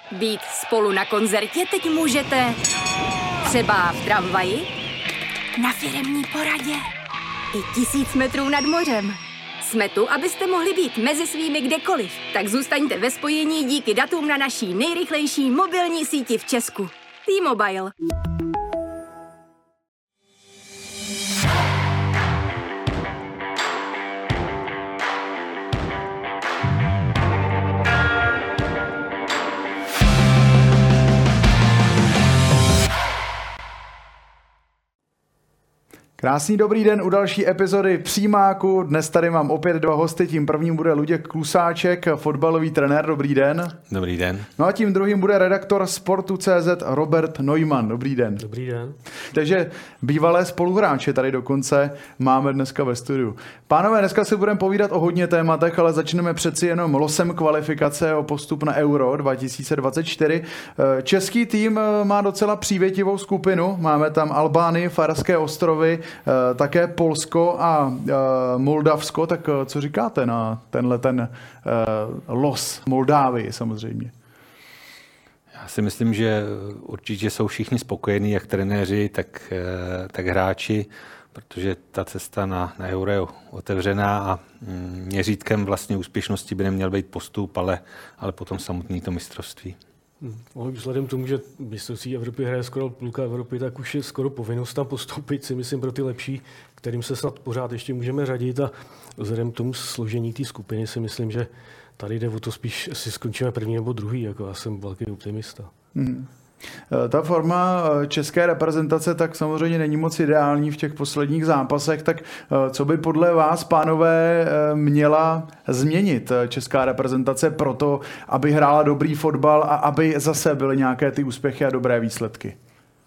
Být spolu na koncertě teď můžete třeba v tramvaji, na firemní poradě i 1000 metrů nad mořem. Jsme tu, abyste mohli být mezi svými kdekoliv. Tak zůstaňte ve spojení díky datům na naší nejrychlejší mobilní síti v Česku. T-Mobile. Krásný dobrý den u další epizody Přímáku. Dnes tady mám opět dva hosty. Tím prvním bude Luděk Klusáček, fotbalový trenér. Dobrý den. Dobrý den. No a tím druhým bude redaktor Sportu.cz Robert Neumann. Dobrý den. Dobrý den. Takže bývalé spoluhráče tady dokonce máme dneska ve studiu. Pánové, dneska si budeme povídat o hodně tématech, ale začneme přeci jenom losem kvalifikace o postup na Euro 2024. Český tým má docela přívětivou skupinu. Máme tam Albánii, Farské ostrovy, také Polsko a Moldavsko. Tak co říkáte na ten los Moldávii samozřejmě? Já si myslím, že určitě jsou všichni spokojení, jak trenéři, tak hráči, protože ta cesta na Euro je otevřená a měřítkem vlastně úspěšnosti by neměl být postup, ale potom samotný to mistrovství. Vzhledem k tomu, že mistrovství Evropy hraje skoro půlka Evropy, tak už je skoro povinnost tam postoupit, si myslím, pro ty lepší, kterým se snad pořád ještě můžeme řadit, a vzhledem k tomu složení té skupiny si myslím, že tady jde o to spíš, jestli skončíme první nebo druhý, jako já jsem velký optimista. Ta forma české reprezentace tak samozřejmě není moc ideální v těch posledních zápasech, tak co by podle vás, pánové, měla změnit česká reprezentace proto, aby hrála dobrý fotbal a aby zase byly nějaké ty úspěchy a dobré výsledky?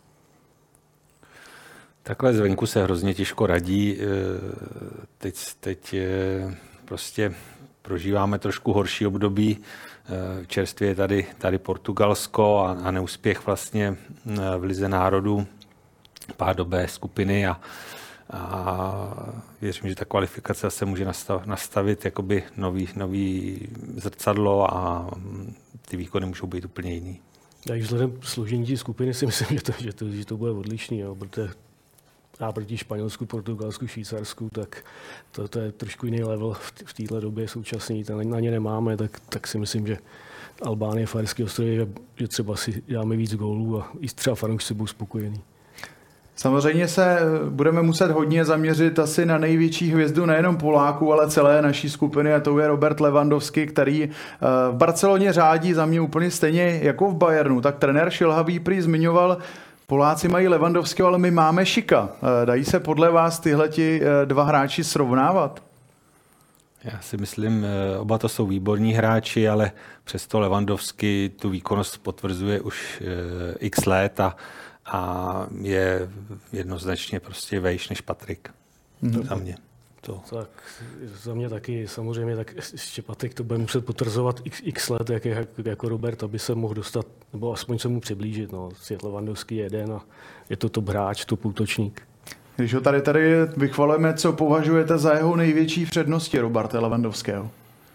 Takhle zvenku se hrozně těžko radí. Teď prostě prožíváme trošku horší období. Čerstvě je tady Portugalsko a neúspěch vlastně v Lize národů, pád do B skupiny a věřím, že ta kvalifikace se může nastavit jakoby nový zrcadlo a ty výkony můžou být úplně jiný. Já i vzhledem k složení té skupiny si myslím, že to bude odlišný, jo, protože proti Španělsku, Portugalsku, Švýcarsku, tak to je trošku jiný level v této době současný, na ně nemáme, tak si myslím, že Albánie, Farské ostrovy, že třeba si dáme víc gólů a i třeba fanoušci budou spokojení. Samozřejmě se budeme muset hodně zaměřit asi na největší hvězdu nejenom Poláků, ale celé naší skupiny, a to je Robert Lewandowski, který v Barceloně řádí za mě úplně stejně jako v Bayernu. Tak trenér Šilhavý prý zmiňoval, Poláci mají Lewandowského, ale my máme Šika. Dají se podle vás tyhleti dva hráči srovnávat? Já si myslím, oba to jsou výborní hráči, ale přesto Lewandowski tu výkonnost potvrzuje už x let a je jednoznačně prostě vejš než Patrik. Za mě. Tak za mě taky samozřejmě, tak ještě Patrik to bude muset potvrzovat x let, jako Robert, aby se mohl dostat, nebo aspoň se mu přiblížit. No. Svět Lewandowski je jeden a je to top hráč, top útočník. Když ho tady vychvalujeme, co považujete za jeho největší přednosti Roberta Lewandowského?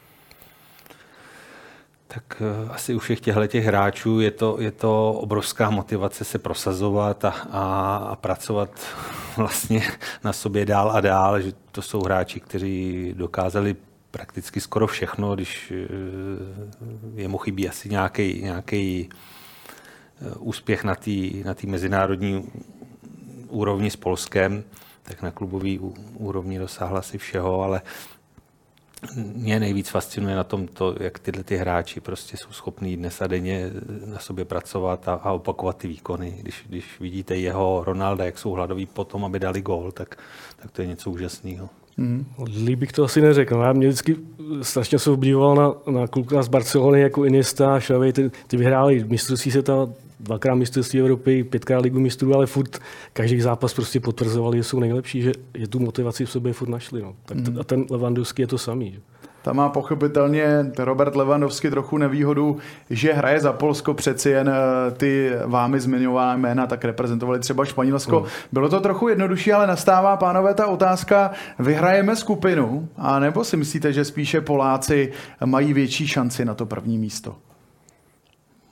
Tak asi u všech těchto hráčů je to obrovská motivace se prosazovat a pracovat vlastně na sobě dál a dál, že to jsou hráči, kteří dokázali prakticky skoro všechno, když jemu chybí asi nějaký úspěch na té mezinárodní úrovni s Polskem, tak na klubový úrovni dosáhla si všeho, ale mě nejvíc fascinuje na tom to, jak tyhle hráči prostě jsou schopní dnes a denně na sobě pracovat a opakovat ty výkony. Když vidíte jeho Ronalda, jak jsou hladoví potom, aby dali gól, tak to je něco úžasného. Líp bych to asi neřekl. Já mě vždycky strašně se obdivoval na kluka z Barcelony jako Iniesta, Xavi, ty vyhráli mistrovství světa, 2krát mistrovství Evropy, 5krát ligu mistrů, ale furt každý zápas prostě potvrzovali, že jsou nejlepší, že tu motivaci v sobě furt našli. No. Tak a ten Lewandowski je to samý. Že? Tam má pochopitelně Robert Lewandowski trochu nevýhodu, že hraje za Polsko, přeci jen ty vámi zmiňované jména tak reprezentovali třeba Španělsko. Bylo to trochu jednodušší, ale nastává, pánové, ta otázka, vyhrajeme skupinu, a nebo si myslíte, že spíše Poláci mají větší šanci na to první místo?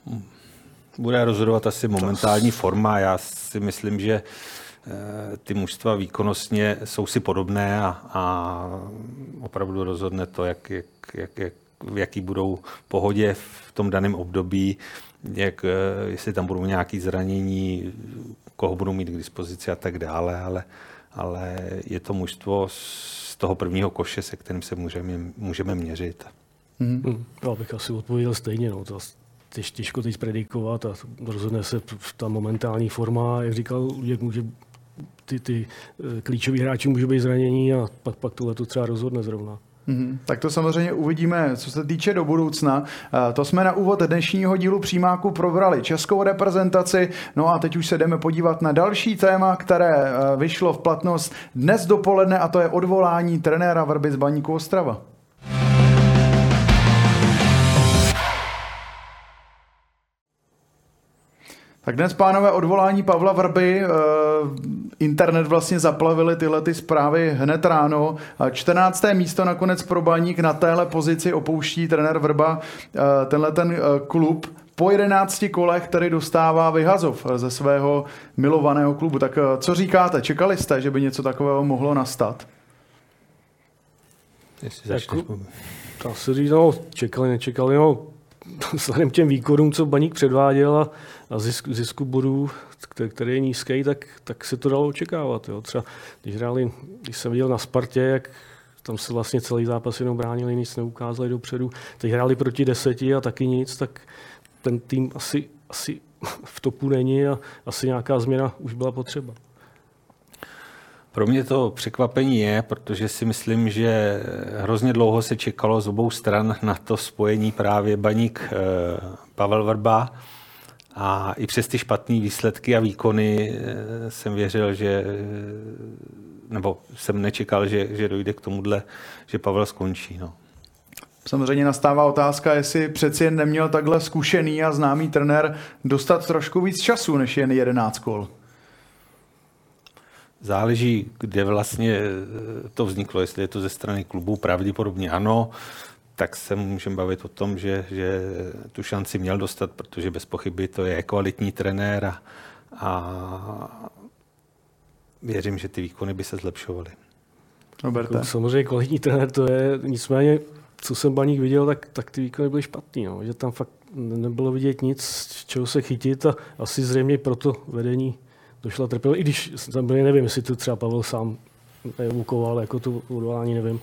Bude rozhodovat asi momentální forma. Já si myslím, že ty mužstva výkonnostně jsou si podobné a opravdu rozhodne to, v jaký budou pohodě v tom daném období, jestli tam budou nějaké zranění, koho budou mít k dispozici a tak dále, ale je to mužstvo z toho prvního koše, se kterým se můžeme měřit. Já bych asi odpověděl stejně. No. To těžko teď predikovat a rozhodne se ta momentální forma, jak říkal, jak může ty klíčoví hráči můžou být zranění a pak tohle to třeba rozhodne zrovna. Tak to samozřejmě uvidíme, co se týče do budoucna. To jsme na úvod dnešního dílu Přímáku probrali českou reprezentaci, no a teď už se jdeme podívat na další téma, které vyšlo v platnost dnes dopoledne, a to je odvolání trenéra Vrby z Baníku Ostrava. Tak dnes, pánové, odvolání Pavla Vrby. Internet vlastně zaplavili tyhle ty zprávy hned ráno. 14. místo nakonec pro Baník, na téhle pozici opouští trenér Vrba ten klub. Po 11 kolech tady dostává vyhazov ze svého milovaného klubu. Tak co říkáte? Čekali jste, že by něco takového mohlo nastat? Dá se říct, čekali, nečekali, vzhledem k těm výkonům, co Baník předváděl a zisku bodů, který je nízký, tak se to dalo očekávat. Jo. Třeba když jsem viděl na Spartě, jak tam se vlastně celý zápas jenom bránili, nic neukázali dopředu, teď hráli proti 10 a taky nic, tak ten tým asi v topu není a asi nějaká změna už byla potřeba. Pro mě to překvapení je, protože si myslím, že hrozně dlouho se čekalo z obou stran na to spojení právě Baník Pavel Vrba a i přes ty špatné výsledky a výkony jsem věřil, nebo jsem nečekal, že dojde k tomuhle, že Pavel skončí. No. Samozřejmě nastává otázka, jestli přeci jen neměl takhle zkušený a známý trenér dostat trošku víc času než jen 11 kol. Záleží, kde vlastně to vzniklo, jestli je to ze strany klubu, pravděpodobně ano, tak se můžeme bavit o tom, že tu šanci měl dostat, protože bez pochyby to je kvalitní trenér a věřím, že ty výkony by se zlepšovaly. Roberte. Samozřejmě kvalitní trenér to je, nicméně, co jsem Baník viděl, tak ty výkony byly špatný, že tam fakt nebylo vidět nic, z čeho se chytit a asi zřejmě proto vedení došla trpěl, i když tam byli, nevím, jestli to třeba Pavel sám evokoval, jako to odvolání, nevím.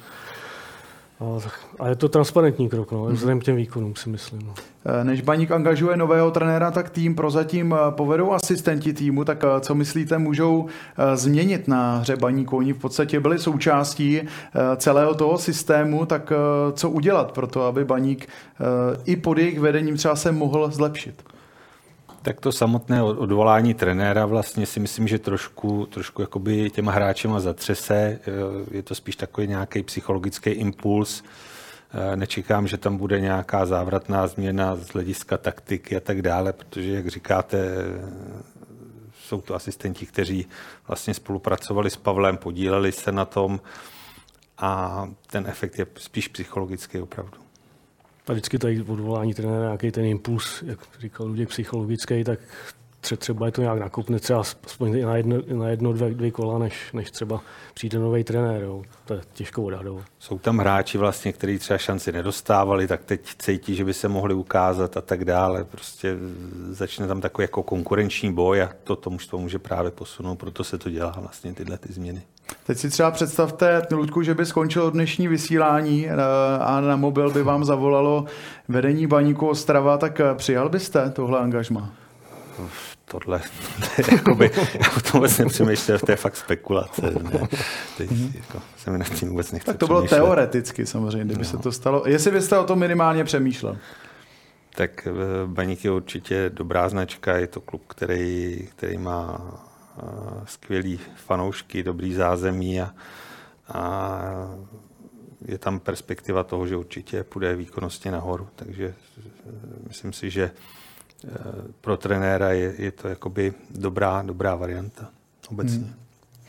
A je to transparentní krok, vzhledem k těm výkonům, si myslím. Než Baník angažuje nového trenéra, tak tým prozatím povedou asistenti týmu, tak co myslíte, můžou změnit na hře Baníku? Oni v podstatě byli součástí celého toho systému, tak co udělat pro to, aby Baník i pod jejich vedením třeba se mohl zlepšit? Tak to samotné odvolání trenéra vlastně si myslím, že trošku jakoby těma hráčema zatřese. Je to spíš takový nějaký psychologický impuls. Nečekám, že tam bude nějaká závratná změna z hlediska taktiky a tak dále, protože, jak říkáte, jsou to asistenti, kteří vlastně spolupracovali s Pavlem, podíleli se na tom a ten efekt je spíš psychologický opravdu. A vždycky tady odvolání trenéra, nějaký ten impuls, jak říkal Luděk, psychologický, tak třeba je to nějak nakopne, třeba aspoň na jedno, dvě kola, než třeba přijde nový trenér. Jo. To je těžko odhadovat. Jsou tam hráči vlastně, kteří třeba šanci nedostávali, tak teď cítí, že by se mohli ukázat a tak dále. Prostě začne tam takový jako konkurenční boj a to mužstvo může právě posunout, proto se to dělá vlastně tyhle ty změny. Teď si třeba představte, Ludku, že by skončilo dnešní vysílání a na mobil by vám zavolalo vedení Baníku Ostrava, tak přijal byste tohle angažmá? Tohle jakoby, já o tom vůbec nepřemýšlel, to je fakt spekulace. Ne? Teď se mi nad tím vůbec nechce tak to bylo teoreticky samozřejmě, kdyby se to stalo. Jestli byste o tom minimálně přemýšlel? Tak Baník je určitě dobrá značka, je to klub, který má skvělý fanoušky, dobrý zázemí a je tam perspektiva toho, že určitě půjde výkonnostně nahoru. Takže myslím si, že pro trenéra je to jakoby dobrá varianta obecně.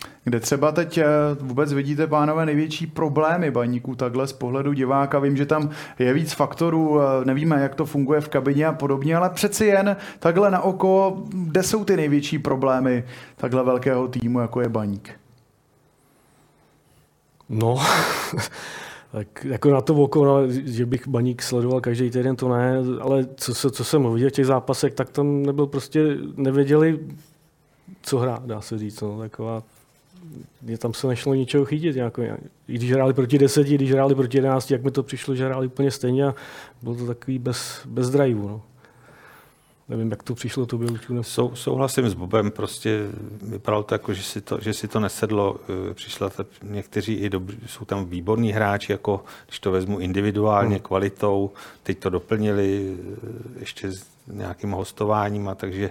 Kde třeba teď vůbec vidíte, pánové, největší problémy Baníků takhle z pohledu diváka? Vím, že tam je víc faktorů, nevíme, jak to funguje v kabině a podobně, ale přeci jen takhle na oko, kde jsou ty největší problémy takhle velkého týmu, jako je Baník? No, tak jako na to oko, no, že bych Baník sledoval každý týden, to ne, ale co jsem viděl v těch zápasech, tak tam nebyl prostě, nevěděli, co hrát, dá se říct. No, taková, tam se nešlo ničeho chytit. Jako, i když hráli proti 10, když hráli proti 11, jak mi to přišlo, že hráli úplně stejně a bylo to takový bez driveu. No. Nevím, jak to přišlo, to bylo. Souhlasím s Bobem, prostě vypadalo to jako, že si to nesedlo. Někteří i jsou tam výborní hráči, jako když to vezmu individuálně, kvalitou, teď to doplnili ještě s nějakým hostováním, a takže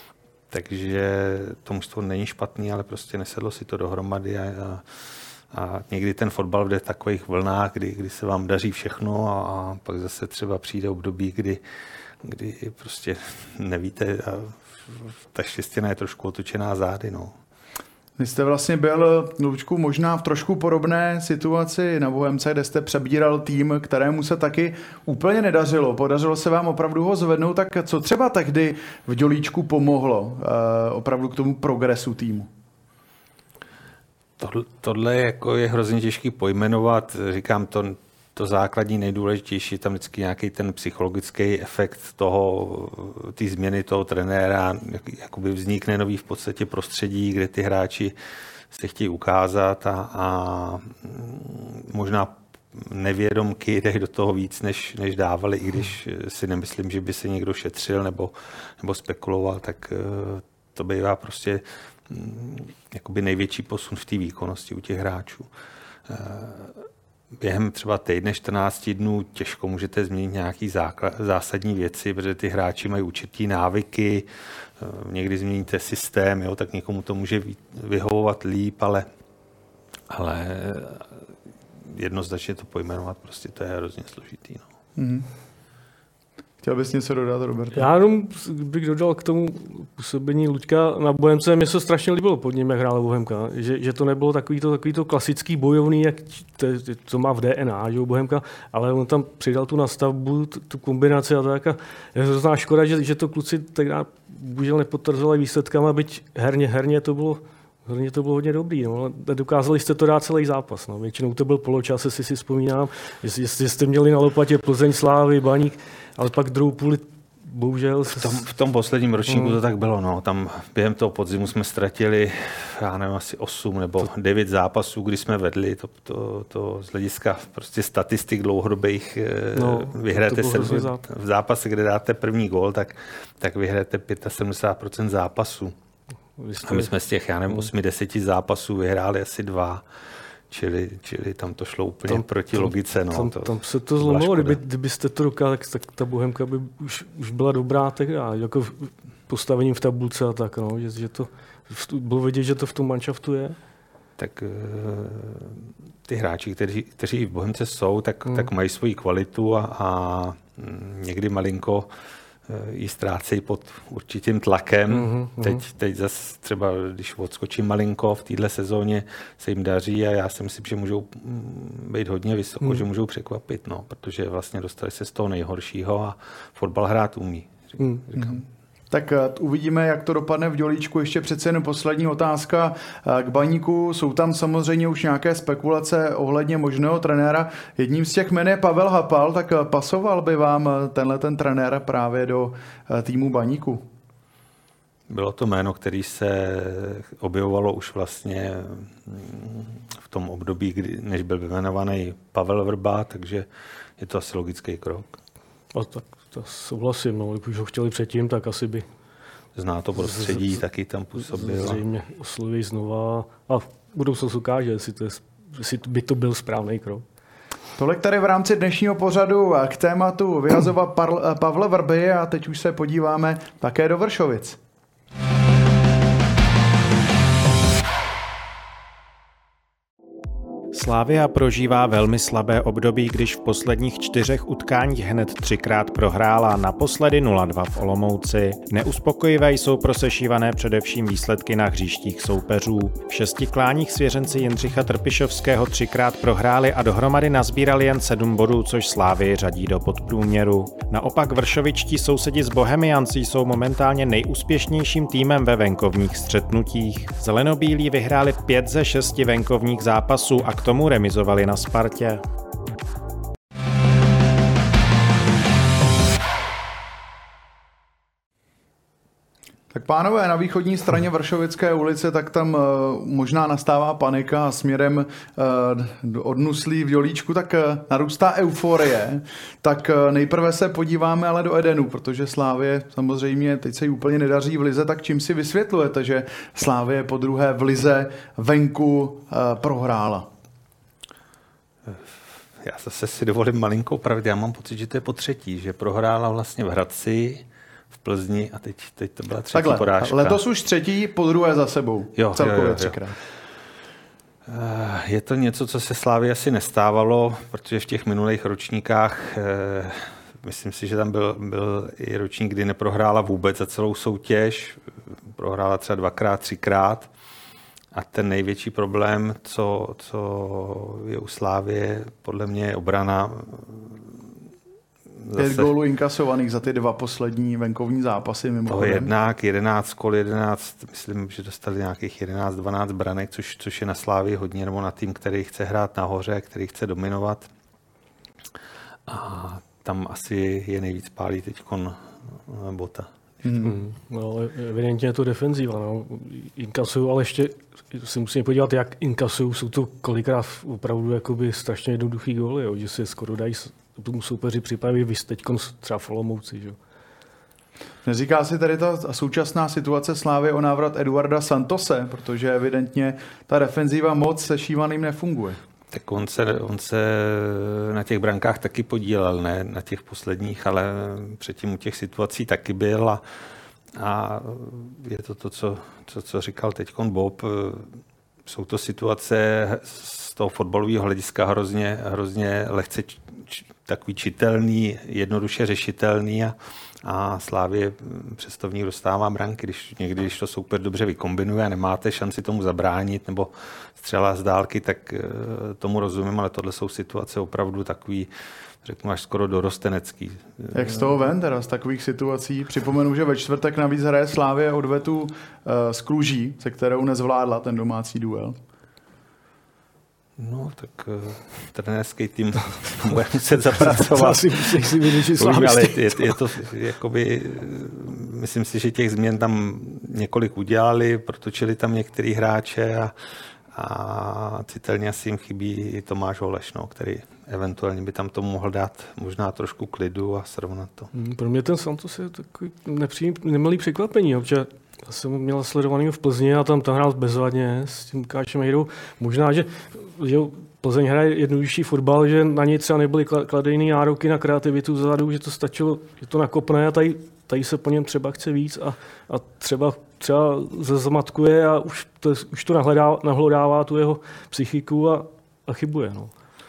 to mužstvo není špatný, ale prostě nesedlo si to dohromady a někdy ten fotbal jde v takových vlnách, kdy se vám daří všechno a pak zase třeba přijde období, kdy prostě nevíte a ta štěstěna je trošku otočená zády. No. Vy jste vlastně byl, Lučku, možná v trošku podobné situaci na Bohemce, kde jste přebíral tým, kterému se taky úplně nedařilo. Podařilo se vám opravdu ho zvednout, tak co třeba tehdy v Dělíčku pomohlo opravdu k tomu progresu týmu? Tohle je hrozně těžký pojmenovat. Říkám, to základní nejdůležitější je tam vždycky nějaký ten psychologický efekt té změny toho trenéra. Jakoby vznikne nový v podstatě prostředí, kde ty hráči se chtějí ukázat a možná nevědomky jdou do toho víc, než dávali, i když si nemyslím, že by se někdo šetřil nebo spekuloval, tak to bývá prostě jakoby největší posun v té výkonnosti u těch hráčů. Během třeba týdne, 14 dnů těžko můžete změnit nějaké zásadní věci, protože ty hráči mají určitý návyky, někdy změníte systém, jo, tak někomu to může vyhovovat líp, ale jednoznačně to pojmenovat, prostě to je hrozně složitý. No. Mm-hmm. Chtěl bys něco dodat, Robert? Já jenom bych dodal k tomu působení Luďka na Bohemce. Mně se strašně líbilo pod ním, jak hrála Bohemka. Že to nebylo takový to klasický bojovný, jak to má v DNA, že Bohemka, ale on tam přidal tu nastavbu, tu kombinaci a tak. A je hrozná škoda, že to kluci tenkrát bohužel nepotvrzovali výsledkama, byť herně to bylo hodně dobrý, no, ale dokázali jste to dát celý zápas. No. Většinou to byl poločas, jestli si vzpomínám, jestli jste měli na lopatě Plzeň, Slávy, Baník, ale pak druhou půli bohužel... V tom posledním ročníku to tak bylo. No. Tam během toho podzimu jsme ztratili, já nevím, asi 8 nebo 9 zápasů, kdy jsme vedli. To z hlediska prostě statistik dlouhodobých vyhráte v zápase, kde dáte první gól, tak vyhráte 75% zápasů. A my jsme z těch, 8-10 zápasů vyhráli asi 2, čili tam to šlo úplně proti logice. No. Tam se to zlomilo, kdybyste to dokázali, tak ta Bohemka by už byla dobrá, jako postavením v tabulce a tak, no, že to bylo vidět, že to v tom manšaftu je. Tak ty hráči, kteří v Bohemce jsou, tak mají svoji kvalitu a někdy malinko ji ztrácejí pod určitým tlakem. Teď zase třeba, když odskočím malinko v téhle sezóně, se jim daří a já si myslím, že můžou být hodně vysoko, že můžou překvapit, no, protože vlastně dostali se z toho nejhoršího a fotbal hrát umí. Říkám. Tak uvidíme, jak to dopadne v Dělíčku. Ještě přece jen poslední otázka k Baníku. Jsou tam samozřejmě už nějaké spekulace ohledně možného trenéra. Jedním z těch jmen je Pavel Hapal, tak pasoval by vám ten trenér právě do týmu Baníku? Bylo to jméno, který se objevovalo už vlastně v tom období, než byl vyjmenovaný Pavel Vrba, takže je to asi logický krok. Tak to souhlasím, no, když ho chtěli předtím, tak asi by... Zná to prostředí, taky tam působil. Zřejmě osloví znova a budoucnost ukáže, jestli by to byl správný krok. Tolik tady v rámci dnešního pořadu k tématu vyhazova Pavla Vrby a teď už se podíváme také do Vršovic. Slavia prožívá velmi slabé období, když v posledních 4 utkáních hned 3krát prohrála, naposledy 0-2 v Olomouci. Neuspokojivé jsou prosešívané především výsledky na hřištích soupeřů. V 6 kláních svěřenci Jindřicha Trpišovského 3krát prohráli a dohromady nazbírali jen 7 bodů, což Slavii řadí do podprůměru. Naopak vršovičtí sousedi z Bohemiancí jsou momentálně nejúspěšnějším týmem ve venkovních střetnutích. Zelenobílí vyhráli 5 ze 6 venkovních zápasů a k tomu remizovali na Spartě. Tak pánové, na východní straně Vršovické ulice, tak tam možná nastává panika a směrem od Nuslí v Dělíčku tak narůstá euforie. Tak nejprve se podíváme ale do Edenu, protože Slavie samozřejmě teď se jí úplně nedaří v lize, tak čím si vysvětlujete, že Slavie po druhé v lize venku prohrála? Já zase si dovolím malinkou pravdu. Já mám pocit, že to je po třetí, že prohrála vlastně v Hradci, v Plzni a teď to byla třetí porážka. Letos už třetí, po druhé za sebou. Celkově 3krát. Je to něco, co se Slavii asi nestávalo, protože v těch minulých ročníkách, myslím si, že tam byl i ročník, kdy neprohrála vůbec za celou soutěž. Prohrála třeba 2krát, 3krát. A ten největší problém, co je u Slavie, podle mě je obrana. 5 gólů inkasovaných za ty 2 poslední venkovní zápasy mimochodem. To jednak 11 kol, 11, myslím, že dostali nějakých 11-12 branek, což je na Slavii hodně, nebo na tým, který chce hrát nahoře, který chce dominovat. A tam asi je nejvíc pálí teďkon Bota. No, evidentně je to defenzíva. No. Inkasují, ale ještě si musíme podívat, jak inkasují. Jsou to kolikrát opravdu jakoby strašně jednoduchý góly, jo, že si skoro dají tomu soupeři připraví vy teďkon třeba v Olomouci. Jo. Neříká si tady ta současná situace Slavie o návrat Eduarda Santose, protože evidentně ta defenzíva moc se Šívaným nefunguje. Tak on se na těch brankách taky podílel, ne na těch posledních, ale předtím u těch situací taky byl a je to co říkal teďkon Bob. Jsou to situace z toho fotbalového hlediska hrozně lehce takový čitelný, jednoduše řešitelný a Slavie přesto v nich dostává branky, když to soupeř dobře vykombinuje a nemáte šanci tomu zabránit nebo střela z dálky, tak tomu rozumím, ale tohle jsou situace opravdu takový, řeknu až skoro dorostenecký. Jak z toho ven teda z takových situací? Připomenu, že ve čtvrtek navíc hraje Slavie odvetu s Kluží, se kterou nezvládla ten domácí duel. No, tak trenérský tým bude muset zapracovat. Ale je to jakoby, myslím si, že těch změn tam několik udělali, protočili tam některý hráče a citelně asi jim chybí i Tomáš Holeš, který eventuálně by tam to mohl dát možná trošku klidu a srovnat to. Pro mě ten Santos je takový nemilý překvapení, protože já jsem měl sledovaný v Plzni a tam hrál bezvadně s tím Lukášem Hejdou. Možná, že Plzeň hraje jednodušší fotbal, že na něj třeba nebyly kladeny nároky na kreativitu vzadu, že to stačilo, že to nakopne a tady se po něm třeba chce víc a třeba zamatkuje a už to nahlodává tu jeho psychiku a chybuje. No.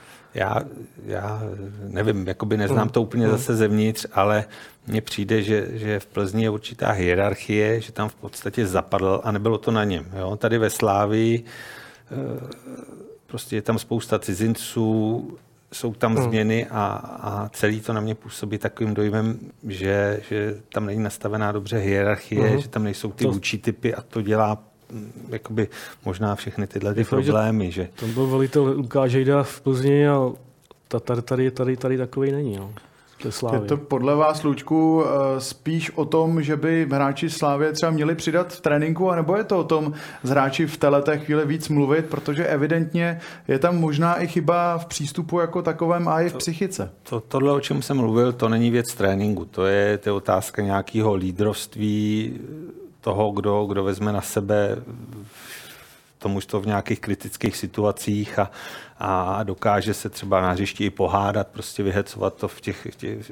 Já nevím, jakoby neznám to úplně zase zevnitř, ale mně přijde, že v Plzni je určitá hierarchie, že tam v podstatě zapadl a nebylo to na něm. Jo? Tady ve Slavii prostě je tam spousta cizinců, jsou tam změny a celý to na mě působí takovým dojmem, že tam není nastavená dobře hierarchie, že tam nejsou ty vůči typy a to dělá jakoby možná všechny tyhle ty problémy. Že... Tam byl velitel Lukáš Hejda v Plzni a tady takovej není. No. Je to podle vás, Luďku, spíš o tom, že by hráči Slavie třeba měli přidat v tréninku, anebo je to o tom s hráči v této chvíli víc mluvit, protože evidentně je tam možná i chyba v přístupu jako takovém a i v psychice. Tohle, o čem jsem mluvil, to není věc tréninku, to je otázka nějakého lídrovství, toho, kdo vezme na sebe to v nějakých kritických situacích a dokáže se třeba na hřišti i pohádat, prostě vyhecovat to v těch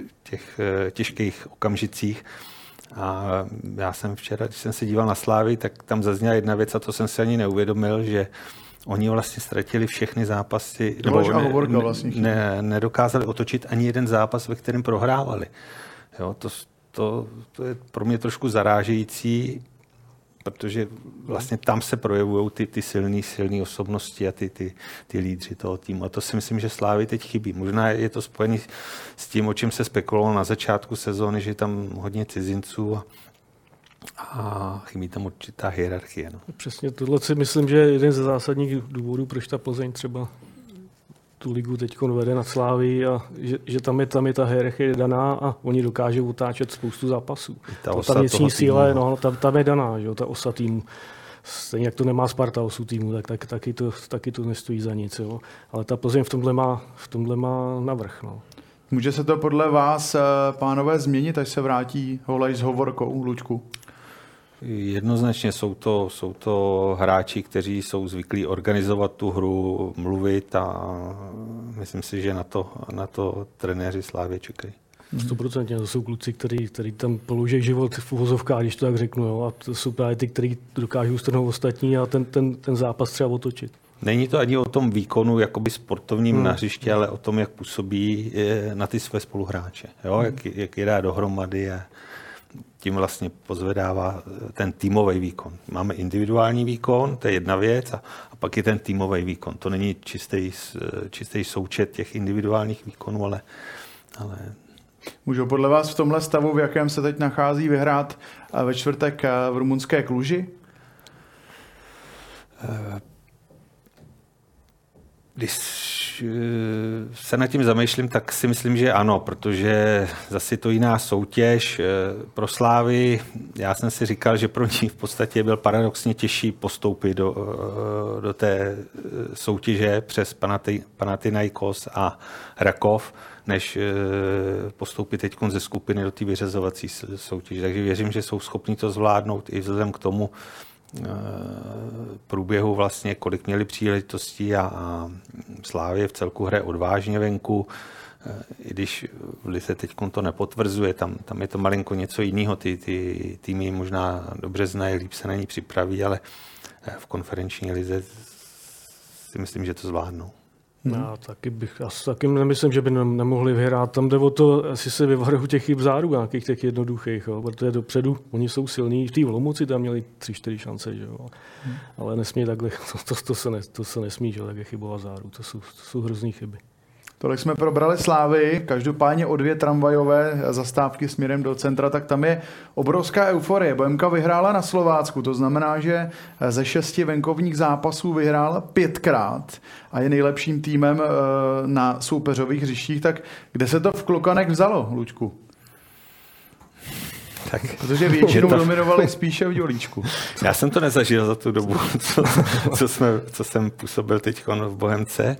těžkých okamžicích. A já jsem včera, když jsem se díval na Slavii, tak tam zazněla jedna věc a to jsem si ani neuvědomil, že oni vlastně ztratili všechny zápasy, nedokázali otočit ani jeden zápas, ve kterém prohrávali. Jo, to je pro mě trošku zarážející, protože vlastně tam se projevují ty silné osobnosti a ty lídři toho týmu. A to si myslím, že Slávii teď chybí. Možná je to spojené s tím, o čem se spekulovalo na začátku sezóny, že je tam hodně cizinců a chybí tam určitá hierarchie. No. Přesně tohle si myslím, že je jeden ze zásadních důvodů, proč ta Plzeň třeba tu ligu teď vede nad Slávií a že tam je ta hierarchie daná a oni dokážou utáčet spoustu zápasů. Ta vnitřní síla, tam je daná, že jo, ta osa týmu. Stejně jak to nemá Sparta osu týmu, tak taky to nestojí za nic. Jo. Ale ta Plzeň v tomhle má navrch. No. Může se to podle vás, pánové, změnit, až se vrátí Holej s Hovorkou, Lučku? Jednoznačně jsou to hráči, kteří jsou zvyklí organizovat tu hru, mluvit a myslím si, že na to trenéři Slávie čekají. 100%, to jsou kluci, kteří tam položí život v uvozovkách, když to tak řeknu. Jo. A to jsou právě ty, kteří dokážou strhnout ostatní a ten zápas třeba otočit. Není to ani o tom výkonu jakoby sportovním na hřišti, ale o tom, jak působí na ty své spoluhráče. Jo? Jak je dá dohromady a tím vlastně pozvedává ten týmový výkon. Máme individuální výkon, to je jedna věc, a pak je ten týmový výkon. To není čistý součet těch individuálních výkonů, ale Můžou podle vás v tomhle stavu, v jakém se teď nachází, vyhrát ve čtvrtek v rumunské Kluži? Když se nad tím zamýšlím, tak si myslím, že ano, protože zase to jiná soutěž pro Slávy. Já jsem si říkal, že pro ní v podstatě byl paradoxně těžší postoupit do té soutěže přes Panathinaikos a Rakov, než postoupit teď ze skupiny do té vyřazovací soutěže. Takže věřím, že jsou schopni to zvládnout i vzhledem k tomu průběhu vlastně, kolik měli příležitostí a Slávie v celku hraje odvážně venku, i když v lize teď to nepotvrzuje, tam je to malinko něco jiného, ty týmy možná dobře znají, líp se na ní připraví, ale v konferenční lize si myslím, že to zvládnou. Já taky nemyslím, že by nemohli vyhrát. Tam jde o to, jestli se vyvarují těch chyb záru, nějakých těch jednoduchých, jo? Protože dopředu oni jsou silní. V té Olomouci tam měli 3-4 šance, že jo? Ale nesmí takhle, to se nesmí, že tak je chybovat záru. To jsou hrozný chyby. Tolik jsme probrali Slávy, každopádně o 2 tramvajové zastávky směrem do centra, tak tam je obrovská euforie. Bohemka vyhrála na Slovácku, to znamená, že ze 6 venkovních zápasů vyhrála 5krát a je nejlepším týmem na soupeřových hřištích. Tak kde se to v Klokanech vzalo, Lučku? Tak, protože většinou dominovali spíše v Dělíčku. Já jsem to nezažil za tu dobu, co jsem působil teď v Bohemce.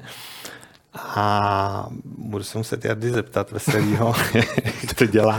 A budu se muset Jardy zeptat Veselýho, jak to dělá.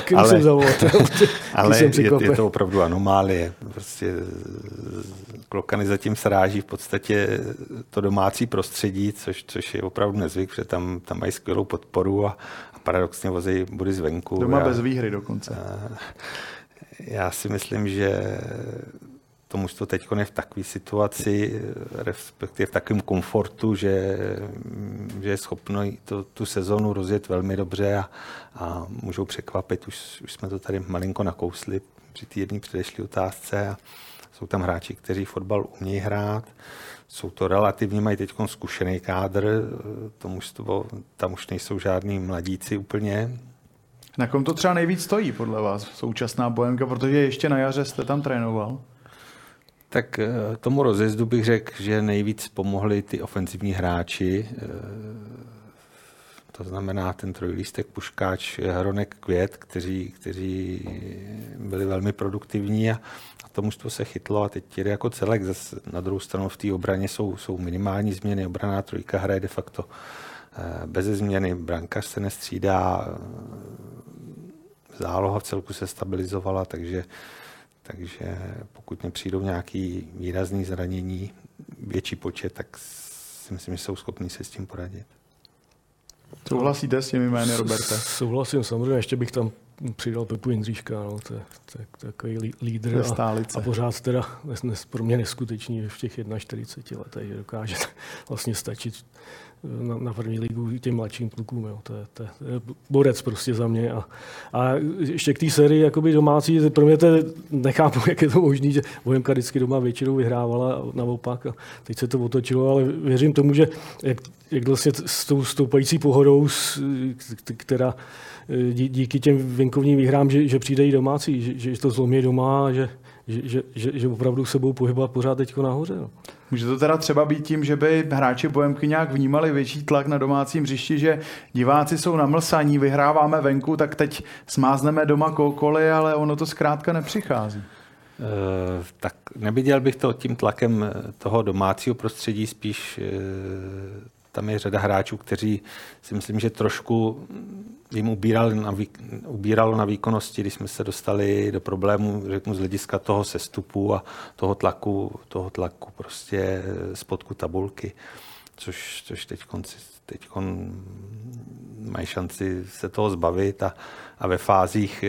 Ale je to opravdu anomálie. Prostě Klokany zatím sráží v podstatě to domácí prostředí, což je opravdu nezvyk, protože tam mají skvělou podporu a paradoxně vozí body zvenku. Doma bez výhry dokonce. Já si myslím, že to mužstvo teď je v takové situaci, respektive v takovém komfortu, že je schopno tu sezonu rozjet velmi dobře a můžou překvapit. Už jsme to tady malinko nakousli při té jedné předešlé otázce. A jsou tam hráči, kteří fotbal umějí hrát. Jsou to relativně, mají teď zkušený kádr. To mužstvo, tam už nejsou žádní mladíci úplně. Na kom to třeba nejvíc stojí podle vás současná Bohemka, protože ještě na jaře jste tam trénoval? Tak tomu rozjezdu bych řekl, že nejvíc pomohli ty ofenzivní hráči. To znamená ten trojlístek, Puškáč, Hronek, Květ, kteří byli velmi produktivní a to mužstvo se chytlo a teď jde jako celek. Zase na druhou stranu v té obraně jsou minimální změny. Obranná trojka hraje de facto bez změny. Brankář se nestřídá. Záloha v celku se stabilizovala, takže pokud nepřijdou nějaký výrazný zranění, větší počet, tak si myslím, že jsou schopní se s tím poradit. Souhlasíte s těmi jmény, Roberte? Souhlasím, samozřejmě. Ještě bych tam přidal Pepu Jindříška, no, to je takový lídr a pořád teda pro mě neskutečný v těch 41 letech, že dokáže vlastně stačit na první ligu těm mladším klukům. Jo. To je borec prostě za mě. A ještě k té sérii jakoby domácí, pro mě nechápu, jak je to možné, že Bohemka vždycky doma většinou vyhrávala a naopak. A teď se to otočilo, ale věřím tomu, že jak vlastně s tou stoupající pohodou, která díky těm venkovním výhrám, že přijde i domácí, že to zlomí doma, že opravdu se budou pohybovat pořád teďko nahoře. No. Může to teda třeba být tím, že by hráči Bohemky nějak vnímali větší tlak na domácím hřišti, že diváci jsou namlsaní, vyhráváme venku, tak teď smázneme doma kohokoliv, ale ono to zkrátka nepřichází. Tak neviděl bych to tím tlakem toho domácího prostředí, spíš tam je řada hráčů, kteří si myslím, že trošku jim ubíralo na výkonnosti, když jsme se dostali do problému, řeknu, z hlediska toho sestupu a toho tlaku prostě spodku tabulky, což teď mají šanci se toho zbavit a ve fázích,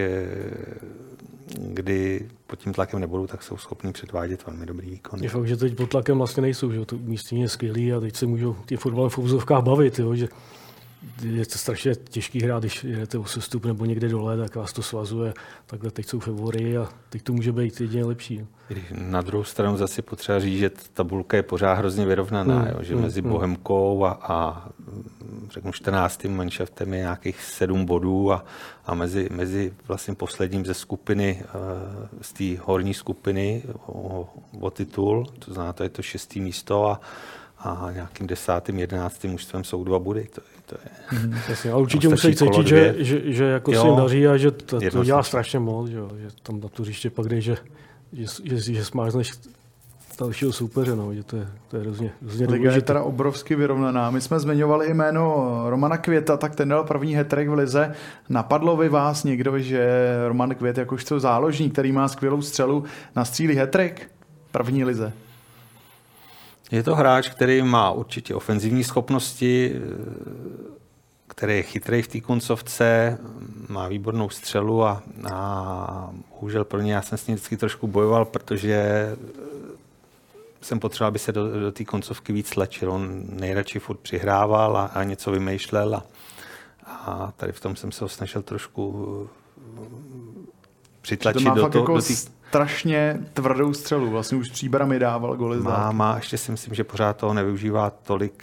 kdy pod tím tlakem nebudou, tak jsou schopni předvádět velmi dobrý výkon. Je fakt, že teď pod tlakem vlastně nejsou, že to umístění je skvělý a teď se můžou tím fotbalem v obzovkách bavit, jo, že je to strašně těžký hrát, když jdete o sestup nebo někde dole, tak vás to svazuje. Takhle teď jsou favory a teď to může být jedině lepší. Jo. Na druhou stranu zase potřeba říct, že tabulka je pořád hrozně vyrovnaná, že mezi Bohemkou a řeknu 14. manšaftem je nějakých 7 bodů a mezi vlastně posledním ze skupiny, z té horní skupiny o titul, to znamená, to je to 6. místo a nějakým 10., 11. mužstvem jsou 2 body. To je jasně, ale určitě musí cítit, že jako se jim daří a že to dělá strašně moc, že tam na to hřiště pak jde, že smázneš dalšího soupeře, no, že to je hrozně Liga je teda obrovsky vyrovnaná. My jsme zmiňovali jméno Romana Květa, tak ten dal první hat-trick v lize. Napadlo by vás někdo, že Roman Květ jakožto záložník, který má skvělou střelu, nastřílí hat-trick první lize? Je to hráč, který má určitě ofenzivní schopnosti, který je chytrý v té koncovce, má výbornou střelu a bohužel pro ně já jsem s ním vždycky trošku bojoval, protože jsem potřeboval, aby se do té koncovky víc tlačil. On nejradši furt přihrával a něco vymýšlel a tady v tom jsem se ho snažil trošku přitlačit do toho. Strašně tvrdou střelu, vlastně už s Příbrami dával goly. Má, ještě si myslím, že pořád toho nevyužívá tolik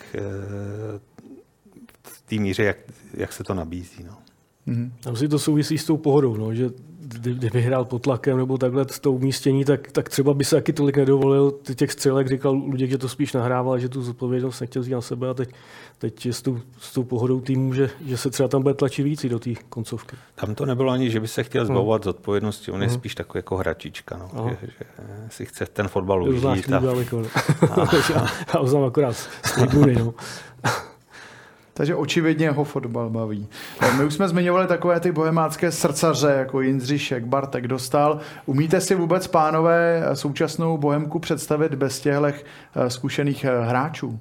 v té míře, jak se to nabízí. No. Tam si to souvisí s tou pohodou, no, že kdyby hrál pod tlakem nebo takhle s tou umístění, tak třeba by se taky tolik nedovolil těch střelek, říkal Luděk, že to spíš nahrával, že tu zodpovědnost nechtěl vzít na sebe a teď s tou pohodou týmu, že se třeba tam bude tlačit víc do té koncovky. Tam to nebylo ani, že by se chtěl zbavovat z odpovědnosti, on je spíš takový jako hračička, no, že si chce ten fotbal užít. A oznám akorát z tribuny, no. Takže očividně ho fotbal baví. My už jsme zmiňovali takové ty bohemácké srdcaře, jako Jindřišek, Bartek, Dostál. Umíte si vůbec, pánové, současnou Bohemku představit bez těchto zkušených hráčů?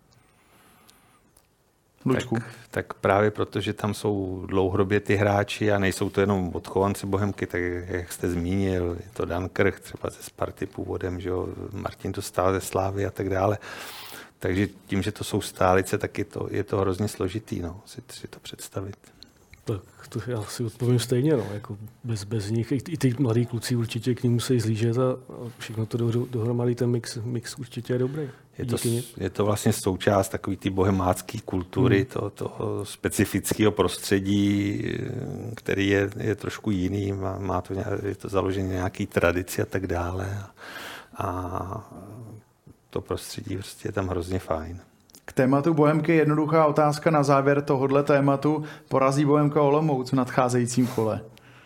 Luďku. Tak právě protože tam jsou dlouhodobě ty hráči a nejsou to jenom odchovanci Bohemky, tak jak jste zmínil, je to Dan Krch, třeba ze Sparty původem, že jo, Martin Dostál ze Slávy a tak dále. Takže tím, že to jsou stálice, tak je to hrozně složitý, no, si to představit. Tak to já si odpovím stejně, no, jako bez nich. I ty mladí kluci určitě k ním musí zlížet a všechno to dohromady, ten mix určitě je dobrý. Je to vlastně součást takový ty bohemácké kultury, toho specifického prostředí, který je trošku jiný, je to založené nějaký tradici a tak dále. A to prostředí prostě je tam hrozně fajn. K tématu Bohemky jednoduchá otázka na závěr tohohle tématu. Porazí Bohemka Olomouc v nadcházejícím kole?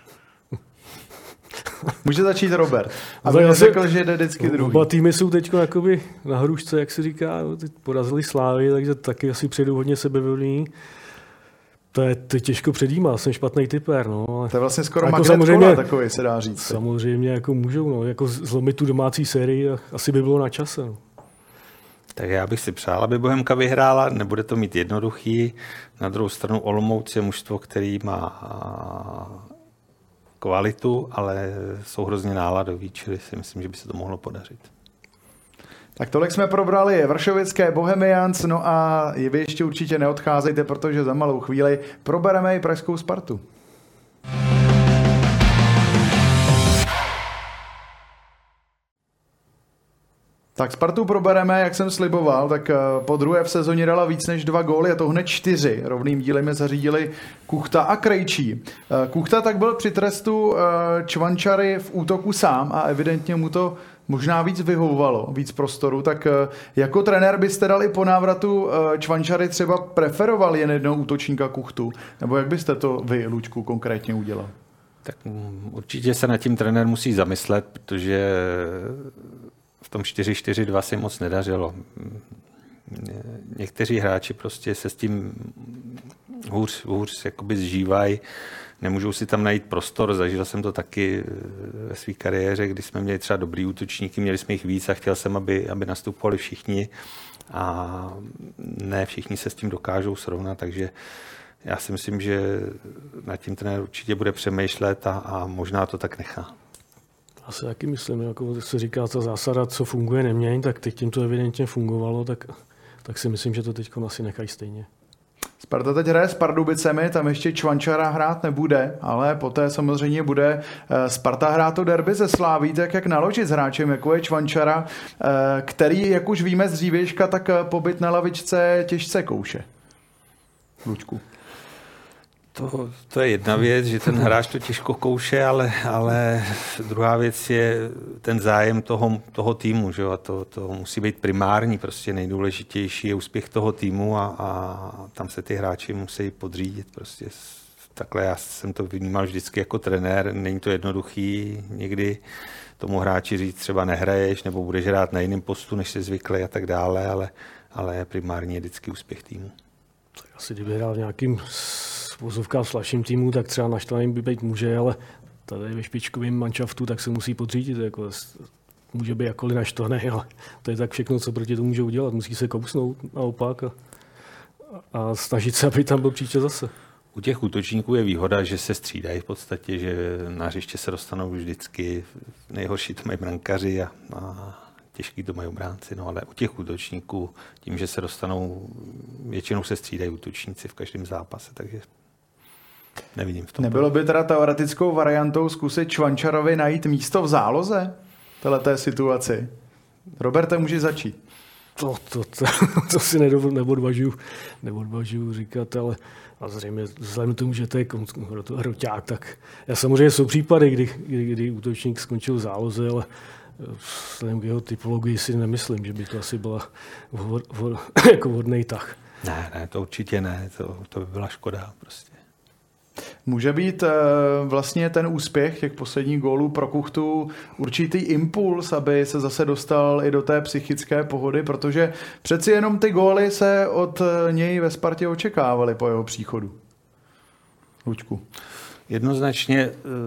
Může začít Robert. Aby neřekl, že jde vždycky druhý. Oba týmy jsou teď jakoby na hrušce, jak se říká. Teď porazili Slávy, takže taky asi přijedou hodně sebevědomí. To je těžko předjímat, jsem špatný typer. No. To je vlastně skoro jako magnet kola takový, se dá říct. Samozřejmě jako můžou, no. Jako zlomit tu domácí sérii, asi by bylo na čase. No. Tak já bych si přál, aby Bohemka vyhrála, nebude to mít jednoduchý. Na druhou stranu Olomouc je mužstvo, který má kvalitu, ale jsou hrozně náladoví, čili si myslím, že by se to mohlo podařit. Tak tolik jsme probrali vršovické Bohemians, no a vy ještě určitě neodcházejte, protože za malou chvíli probereme i pražskou Spartu. Tak Spartu probereme, jak jsem sliboval, tak po druhé v sezóně dala víc než 2 góly, a to hned 4. Rovným dílem je zařídili Kuchta a Krejčí. Kuchta tak byl při trestu Čvančary v útoku sám a evidentně mu to možná víc vyhovovalo, víc prostoru. Tak jako trenér byste dali po návratu Čvančary třeba preferoval jen jednoho útočníka Kuchtu? Nebo jak byste to vy, Luďku, konkrétně udělal? Tak určitě se nad tím trenér musí zamyslet, protože v tom 4-4-2 se moc nedařilo. Někteří hráči prostě se s tím hůř jakoby zžívají, nemůžou si tam najít prostor. Zažil jsem to taky ve své kariéře, kdy jsme měli třeba dobrý útočníky, měli jsme jich víc a chtěl jsem, aby nastupovali všichni a ne všichni se s tím dokážou srovnat, takže já si myslím, že nad tím trenér určitě bude přemýšlet a možná to tak nechá. Já si taky myslím, jako se říká ta zásada, co funguje neměň, tak teď tím to evidentně fungovalo, tak si myslím, že to teď asi nechají stejně. Sparta teď hraje s Pardubicemi, tam ještě Čvančara hrát nebude, ale poté samozřejmě bude Sparta hrát to derby ze Sláví, tak jak naložit s hráčem, jako je Čvančara, který, jak už víme z dřívějška, tak pobyt na lavičce těžce kouše. Luďku. To je jedna věc, že ten hráč to těžko kouše, ale druhá věc je ten zájem toho týmu, že? A to musí být primární, prostě nejdůležitější je úspěch toho týmu a tam se ty hráči musí podřídit. Prostě takhle já jsem to vnímal vždycky jako trenér, není to jednoduchý někdy tomu hráči říct, třeba nehraješ nebo budeš hrát na jiném postu, než jsi zvyklý a tak dále, ale primárně je vždycky úspěch týmu. Tak asi kdyby hrál v nějakým vozovkách slabším týmu, tak třeba naštvaný by být může, ale tady ve špičkovém manšaftu tak se musí podřídit. Jako, může být jakkoliv naštvaný, ale to je tak všechno, co proti tomu může udělat. Musí se kousnout naopak a snažit se, aby tam byl příště zase. U těch útočníků je výhoda, že se střídají v podstatě, že na hřiště se dostanou vždycky, nejhorší to mají brankaři a těžký to mají obránci, no ale u těch útočníků, tím, že se dostanou, většinou se střídají útočníci v každém zápase, takže nevidím v tom. Nebylo by teda teoretickou variantou zkusit Čvančarovi najít místo v záloze v této situaci? Roberte, může začít. To si neodvažuji říkat, ale a zřejmě vzhledem k tomu, že to je hroťák, tak já samozřejmě jsou případy, kdy útočník skončil v záloze, ale vzhledem k jeho typologii si nemyslím, že by to asi byla jako vhodný tah. Ne, to určitě ne, to by byla škoda prostě. Může být vlastně ten úspěch těch posledních gólů pro Kuchtu určitý impuls, aby se zase dostal i do té psychické pohody, protože přeci jenom ty góly se od něj ve Spartě očekávaly po jeho příchodu. Luďku. Jednoznačně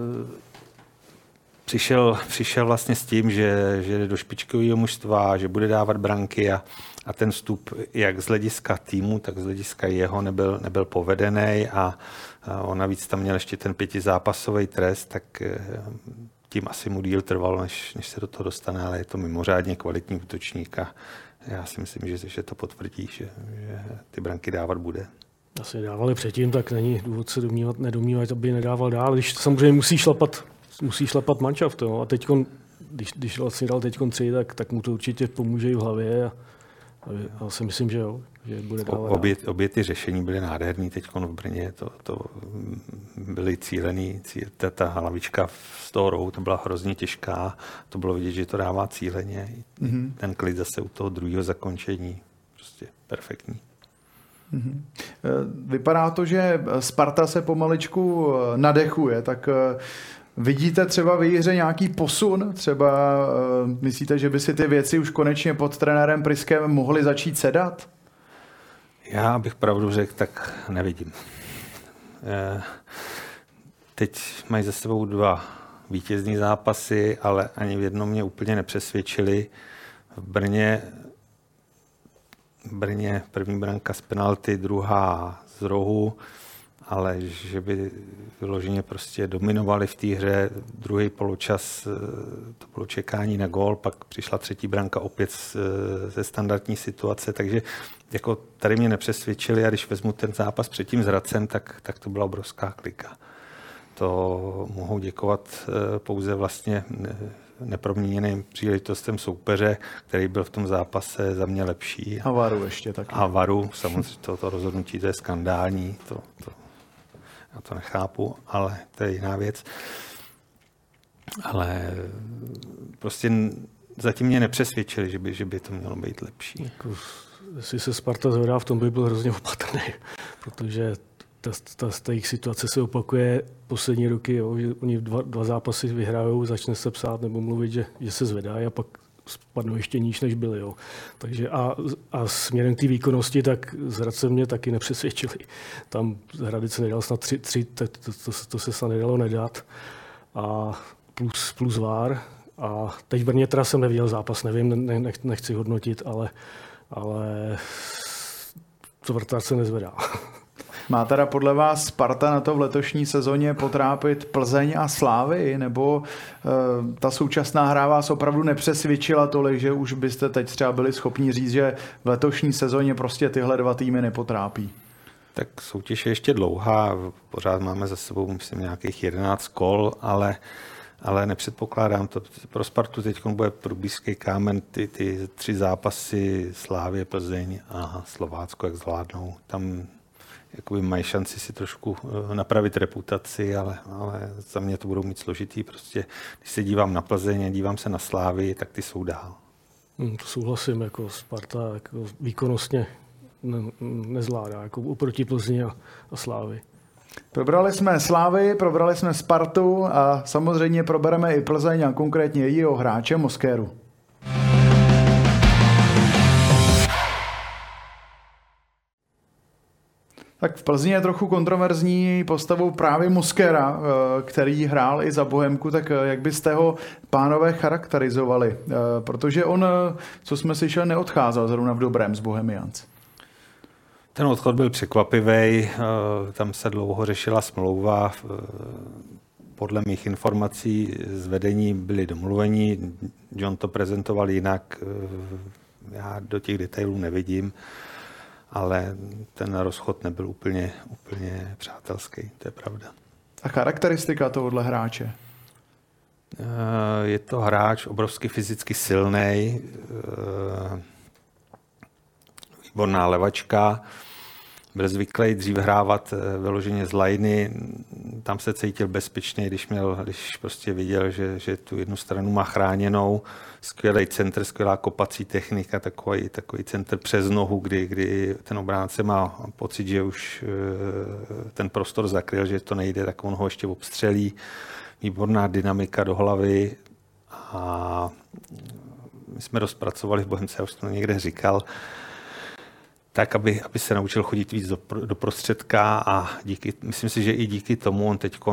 přišel vlastně s tím, že jde do špičkového mužstva, že bude dávat branky a ten vstup jak z hlediska týmu, tak z hlediska jeho nebyl povedený a on navíc tam měl ještě ten 5zápasový trest, tak tím asi mu díl trvalo, než se do toho dostane, ale je to mimořádně kvalitní útočník a já si myslím, že to potvrdí, že ty branky dávat bude. Asi dávali předtím, tak není důvod se nedomnívat, aby nedával dál, když samozřejmě musí šlapat manšaft. A teď, když vlastně dal teď 3, tak mu to určitě pomůže i v hlavě a si myslím, že jo, že bude dávat. Obě ty řešení byly nádherný teď v Brně, to byly cílený, ta hlavička z toho rohu, to byla hrozně těžká, to bylo vidět, že to dává cíleně. Ten klid zase u toho druhého zakončení, prostě perfektní. Vypadá to, že Sparta se pomaličku nadechuje, tak vidíte třeba v hře nějaký posun? Třeba myslíte, že by si ty věci už konečně pod trenérem Pryskem mohly začít sedat? Já bych pravdu řekl, tak nevidím. Teď mají za sebou 2 vítězný zápasy, ale ani v jednom mě úplně nepřesvědčili. V Brně první branka z penalty, druhá z rohu ale že by vyloženě prostě dominovali v té hře. Druhý poločas to bylo čekání na gól, pak přišla třetí branka opět ze standardní situace, takže jako tady mě nepřesvědčili a když vezmu ten zápas předtím s Hradcem, tak to byla obrovská klika. To mohou děkovat pouze vlastně neproměněným příležitostem soupeře, který byl v tom zápase za mě lepší. A VARu ještě taky. A VARu, samozřejmě to rozhodnutí, to je skandální, já to nechápu, ale to je jiná věc. Ale prostě zatím mě nepřesvědčili, že by to mělo být lepší. Jako, jestli se Sparta zvedá, v tom by byl hrozně opatrný, protože ta jejich situace se opakuje poslední roky, jo, že oni dva zápasy vyhrajou, začne se psát nebo mluvit, že se zvedají a pak spadnou ještě níž, než byli. Jo. Takže a směrem k té výkonnosti, tak z Hradce mě taky nepřesvědčili. Tam Hradec nedal snad 3, tak to se snad nedalo nedat. A plus VAR. A teď v Brně teda jsem neviděl zápas, nevím, nechci hodnotit, ale to vrtáč se nezvedá. Má teda podle vás Sparta na to v letošní sezóně potrápit Plzeň a Slávy, nebo ta současná hra vás opravdu nepřesvědčila tolik, že už byste teď třeba byli schopni říct, že v letošní sezóně prostě tyhle dva týmy nepotrápí? Tak soutěž je ještě dlouhá, pořád máme za sebou, myslím, nějakých 11 kol, ale nepředpokládám to. Pro Spartu teď bude průbízký kámen ty 3 zápasy Slávie, Plzeň a Slovácko, jak zvládnou. Tam jakoby mají šanci si trošku napravit reputaci, ale za mě to budou mít složitý. Prostě, když se dívám na Plzeň a dívám se na Slávii, tak ty jsou dál. To souhlasím, jako Sparta jako výkonnostně nezvládá, jako oproti Plzni a Slávii. Probrali jsme Slávy, probrali jsme Spartu a samozřejmě probereme i Plzeň a konkrétně jejího hráče Mosqueru. Tak v Plzni je trochu kontroverzní postavou právě Mosquera, který hrál i za Bohemku, tak jak byste ho, pánové, charakterizovali? Protože on, co jsme slyšeli, neodcházel zrovna v dobrém z Bohemians. Ten odchod byl překvapivý, tam se dlouho řešila smlouva. Podle mých informací z vedení byli domluveni, John to prezentoval jinak, já do těch detailů nevidím, ale ten rozchod nebyl úplně přátelský, to je pravda. A charakteristika tohohle hráče? Je to hráč obrovsky fyzicky silný, výborná levačka, byl zvyklý dřív hrávat vyloženě z lajny, tam se cítil bezpečný, když prostě viděl, že tu jednu stranu má chráněnou, skvělý centr, skvělá kopací technika, takový centr přes nohu, kdy ten obránce má pocit, že už ten prostor zakryl, že to nejde, tak on ho ještě obstřelí. Výborná dynamika do hlavy a my jsme rozpracovali v Bohemce, já už to někde říkal, tak, aby se naučil chodit víc do prostředka a myslím si, že i díky tomu on teď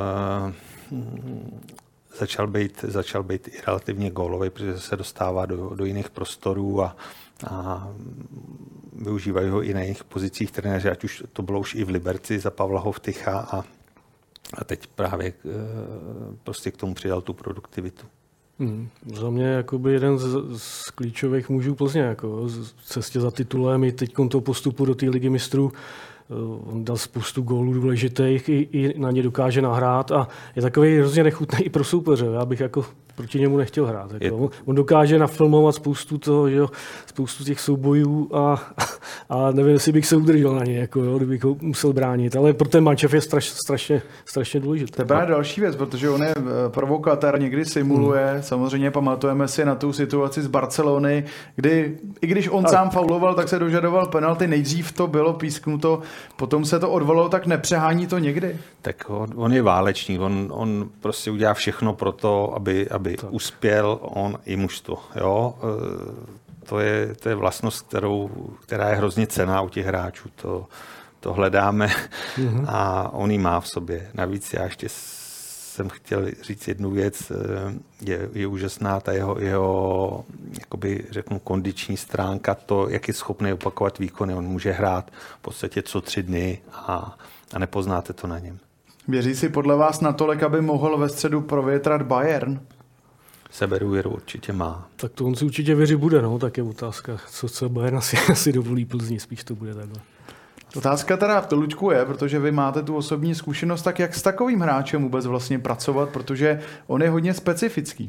začal být i relativně gólový, protože se dostává do jiných prostorů a využívají ho i na jiných pozicích trenéři, ať už to bylo už i v Liberci za Pavla Hovtycha a teď právě prostě k tomu přidal tu produktivitu. Za mě jakoby jeden z klíčových mužů Plzně, jako cestě za titulem i teď toho postupu do té ligy mistrů. On dal spoustu gólů důležitých, i na ně dokáže nahrát a je takový hrozně nechutný i pro soupeře. Já bych jako proti němu nechtěl hrát. Jako. On dokáže nafilmovat spoustu těch soubojů a nevím, jestli bych se udržel na ně, jako, jo, kdybych ho musel bránit. Ale pro ten mančev je strašně důležitý. To je další věc, protože on je provokatér, někdy simuluje. Samozřejmě pamatujeme si na tu situaci z Barcelony, kdy i když on sám fauloval, tak se dožadoval penalty. Nejdřív to bylo písknuto, potom se to odvolalo, tak nepřehání to někdy? Tak on je válečník, on prostě udělá všechno pro to, aby uspěl on i mužstvo. Jo? To je vlastnost, která je hrozně cenná u těch hráčů. To hledáme a on ji má v sobě. Navíc já ještě jsem chtěl říct jednu věc, je úžasná ta jeho jakoby řeknu kondiční stránka, to, jak je schopný opakovat výkony. On může hrát v podstatě co 3 dny a nepoznáte to na něm. Věří si podle vás natolik, aby mohl ve středu provětrat Bayern? Sebevěru určitě má. Tak to on si určitě věřit bude, no, tak je otázka, co Bayern asi dovolí Plzni, spíš to bude takhle. Otázka teda v Luďku je, protože vy máte tu osobní zkušenost, tak jak s takovým hráčem vůbec vlastně pracovat, protože on je hodně specifický.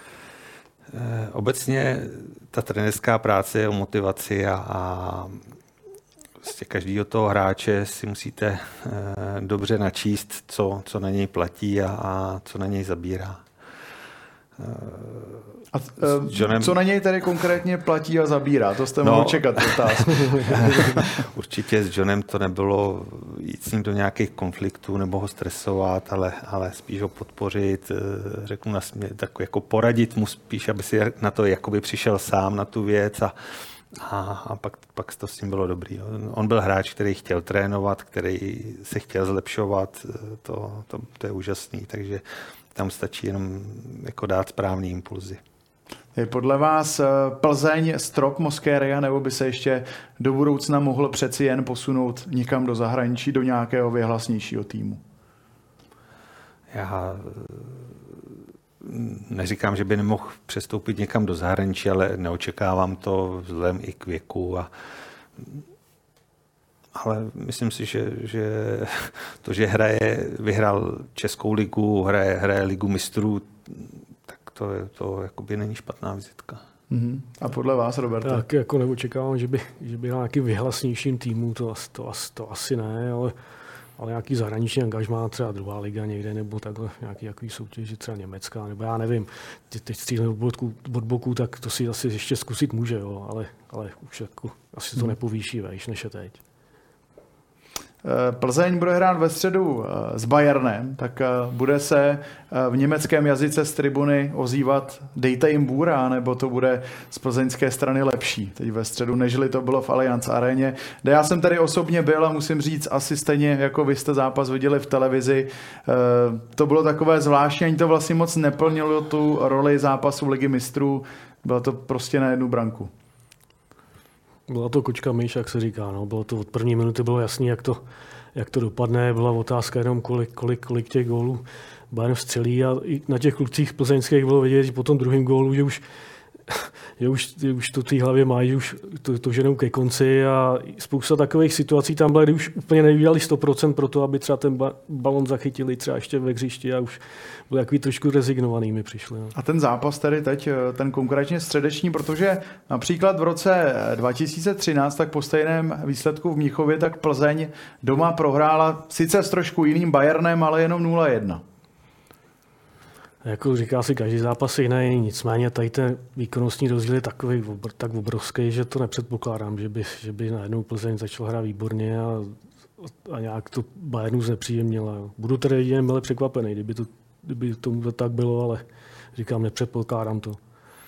Obecně ta trenérská práce je o motivaci a vlastně každýho toho hráče si musíte dobře načíst, co na něj platí a co na něj zabírá. A co na něj tedy konkrétně platí a zabírá? To jste mohl čekat otázku. Určitě s Johnem to nebylo jít s ním do nějakých konfliktů nebo ho stresovat, ale spíš ho podpořit, řeknu tak jako poradit mu spíš, aby si na to jakoby přišel sám na tu věc a pak to s ním bylo dobrý. On byl hráč, který chtěl trénovat, který se chtěl zlepšovat, to je úžasný, takže tam stačí jenom jako dát správný impulzy. Je podle vás Plzeň strop Moskéria, nebo by se ještě do budoucna mohl přeci jen posunout někam do zahraničí, do nějakého vyhlasnějšího týmu? Já neříkám, že by nemohl přestoupit někam do zahraničí, ale neočekávám to vzhledem i k věku. Ale myslím si, že to, že vyhrál Českou ligu, hraje ligu mistrů, tak to jakoby není špatná vizitka. A podle vás, Roberte? Tak jako neočekávám, že by hrál nějakým vyhlasnějším týmu, to asi ne, ale nějaký zahraniční angažmá, třeba druhá liga někde, nebo takhle nějaký soutěž, třeba německá, nebo já nevím, teď střílne od boku, tak to si asi ještě zkusit může, jo, ale už jako, asi to nepovýší vejš, než je teď. Plzeň bude hrát ve středu s Bayernem, tak bude se v německém jazyce z tribuny ozývat dejte jim bůra, nebo to bude z plzeňské strany lepší teď ve středu, nežli to bylo v Allianz aréně, kde já jsem tady osobně byl a musím říct, asi stejně jako vy jste zápas viděli v televizi, to bylo takové zvláštní, ani to vlastně moc neplnilo tu roli zápasu Ligy mistrů, bylo to prostě na jednu branku. Byla to kočka myš, jak se říká. No. Bylo to od první minuty bylo jasný, jak to dopadne. Byla otázka jenom, kolik těch gólů Bayern vstřelí. A i na těch klukcích plzeňských bylo vidět, že po tom druhém gólu, že už to v té hlavě mají, že už to ženou ke konci. A spousta takových situací tam byla, kdy už úplně nevydělali 100% pro to, aby třeba ten balon zachytili třeba ještě ve hřišti a už byli takový trošku rezignovaný mi přišli. No. A ten zápas tedy teď, ten konkrétně středeční, protože například v roce 2013, tak po stejném výsledku v Mnichově, tak Plzeň doma prohrála sice s trošku jiným Bayernem, ale jenom 0-1. Jako říká si, každý zápas je jiný, nicméně tady ten výkonnostní rozdíl je takový tak obrovský, že to nepředpokládám, že by najednou Plzeň začal hrát výborně a nějak to Bayernu znepříjemnila. Budu tedy jen milé překvapený, kdyby to tak bylo, ale říkám, nepředpokládám to.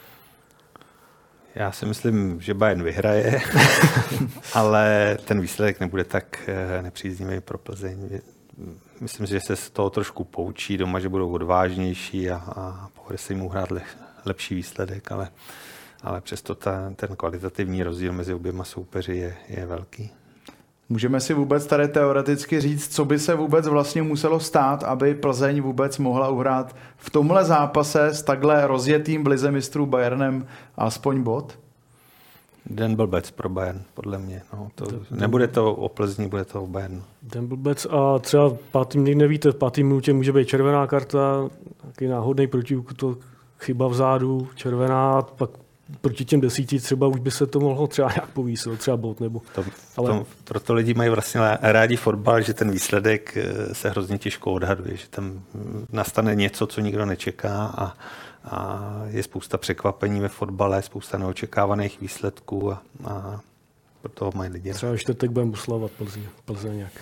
Já si myslím, že Bayern vyhraje, ale ten výsledek nebude tak nepříznivý pro Plzeň. Myslím si, že se z toho trošku poučí doma, že budou odvážnější a povede se jim hrát lepší výsledek, ale přesto ten kvalitativní rozdíl mezi oběma soupeři je velký. Můžeme si vůbec tady teoreticky říct, co by se vůbec vlastně muselo stát, aby Plzeň vůbec mohla uhrát v tomhle zápase s takhle rozjetým v lize mistrů Bayernem alespoň bod? Den blbec pro Bayern, podle mě. No, nebude to o Plzni, bude to o Bayernu. Den blbec a třeba nevíte, v 5. minutě může být červená karta, taky náhodný protiútok, chyba vzadu, červená, pak proti těm 10 třeba už by se to mohlo třeba nějak povísit, třeba bod nebo... Proto lidi mají vlastně rádi fotbal, že ten výsledek se hrozně těžko odhaduje, že tam nastane něco, co nikdo nečeká a je spousta překvapení ve fotbale, spousta neočekávaných výsledků a proto mají lidi. Třeba čtvrtek budeme oslavovat Plzeň.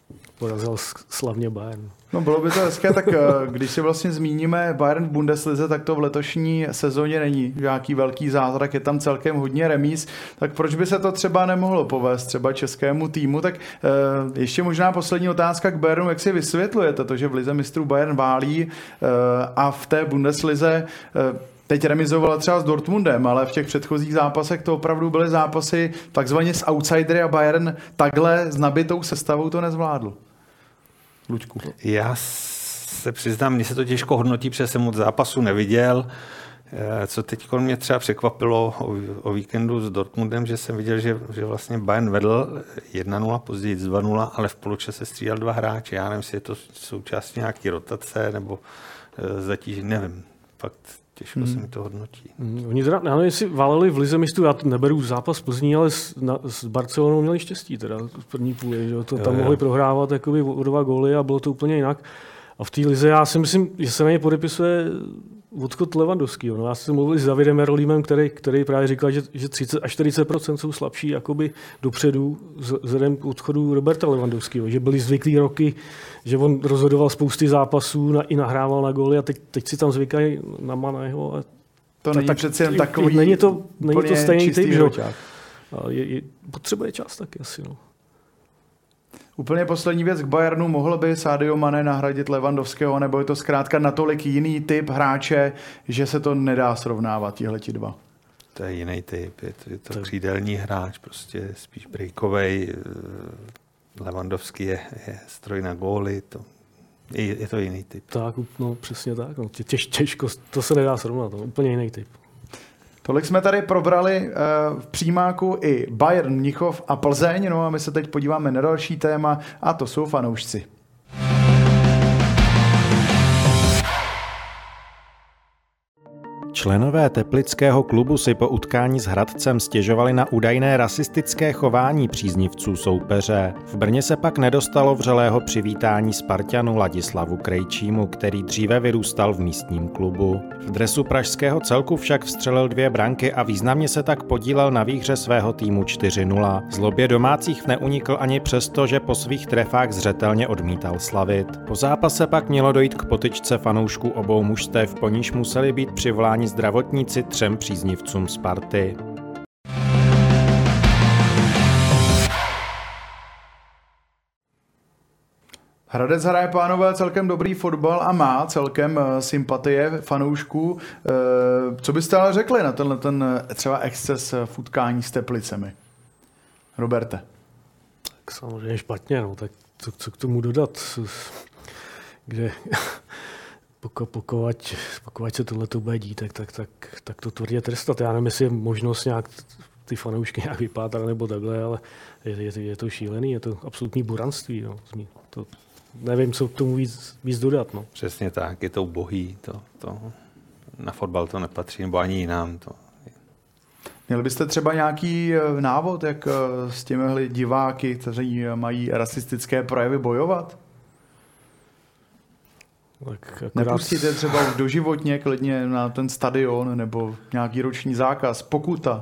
porazil slavně Bayern. No bylo by to hezké, tak když si vlastně zmíníme Bayern v Bundeslize, tak to v letošní sezóně není nějaký velký zázrak, je tam celkem hodně remíz, tak proč by se to třeba nemohlo povést třeba českému týmu? Tak ještě možná poslední otázka k Bayernu, jak si vysvětlujete to, že v lize mistrů Bayern válí a v té Bundeslize teď remizovala třeba s Dortmundem, ale v těch předchozích zápasech to opravdu byly zápasy takzvaně s outsidery a Bayern takhle s nabitou sestavou to nezvládl. Luďku. Já se přiznám, mně se to těžko hodnotí, protože jsem moc zápasu neviděl. Co teď mě třeba překvapilo o víkendu s Dortmundem, že jsem viděl, že vlastně Bayern vedl 1-0, později 2-0, ale v poločase se střídal 2 hráče. Já nevím, jestli je to součástí nějaké rotace nebo zatížení, nevím. Fakt těžko se mi to hodnotí. Oni teda, já nevím, jestli váleli v lize mistrů, já neberu zápas Plzní, ale s Barcelonou měli štěstí teda v první půli, že tam mohli prohrávat jakoby o 2 góly a bylo to úplně jinak. A v té lize já si myslím, že se na ně podepisuje odchod Lewandowskýho. No, já jsem mluvil s Davidem Erolímem, který právě říkal, že 30 až 40% jsou slabší jakoby dopředu vzhledem k odchodu Roberta Lewandowskýho. Že byli zvyklí roky, že on rozhodoval spousty zápasů i nahrával na góly a teď si tam zvykají na Maného. To není přece jen takový není to stejný typ, že potřebuje čas taky asi. No. Úplně poslední věc k Bayernu. Mohl by Sadio Mané nahradit Lewandowského, nebo je to zkrátka natolik jiný typ hráče, že se to nedá srovnávat, tihleti dva? To je jiný typ, je to křídelní hráč, prostě spíš breakovej. Lewandowski je stroj na góly, je to jiný typ. Tak, no přesně tak. No, těžko, to se nedá srovnat, úplně jiný typ. Tolik jsme tady probrali v přímáku i Bayern Mnichov a Plzeň, no a my se teď podíváme na další téma a to jsou fanoušci. Členové teplického klubu si po utkání s Hradcem stěžovali na údajné rasistické chování příznivců soupeře. V Brně se pak nedostalo vřelého přivítání Spartanu Ladislavu Krejčímu, který dříve vyrůstal v místním klubu. V dresu pražského celku však vstřelil 2 branky a významně se tak podílel na výhře svého týmu 4-0. Zlobě domácích neunikl ani přesto, že po svých trefách zřetelně odmítal slavit. Po zápase pak mělo dojít k potyčce fanoušků obou mužstev, po níž museli být přivoláni zdravotníci 3 příznivcům Sparty. Hradec hraje, pánové, celkem dobrý fotbal a má celkem sympatie fanoušků. Co byste ale řekli na ten třeba exces v utkání s Teplicemi? Roberte. Tak samozřejmě špatně, no. Tak co k tomu dodat? Kde... Pokud se tohleto bude dít, tak to tvrdě trestat. Já nevím, jestli je možnost nějak ty fanoušky nějak vypátrat nebo takhle, ale je to šílený, je to absolutní buranství. No. To, nevím, co k tomu víc dodat. No. Přesně tak, je to ubohý. To na fotbal to nepatří, nebo ani jinam. Měli byste třeba nějaký návod, jak s těmihle diváky, kteří mají rasistické projevy, bojovat? Nepustíte třeba doživotně klidně na ten stadion nebo nějaký roční zákaz, pokuta?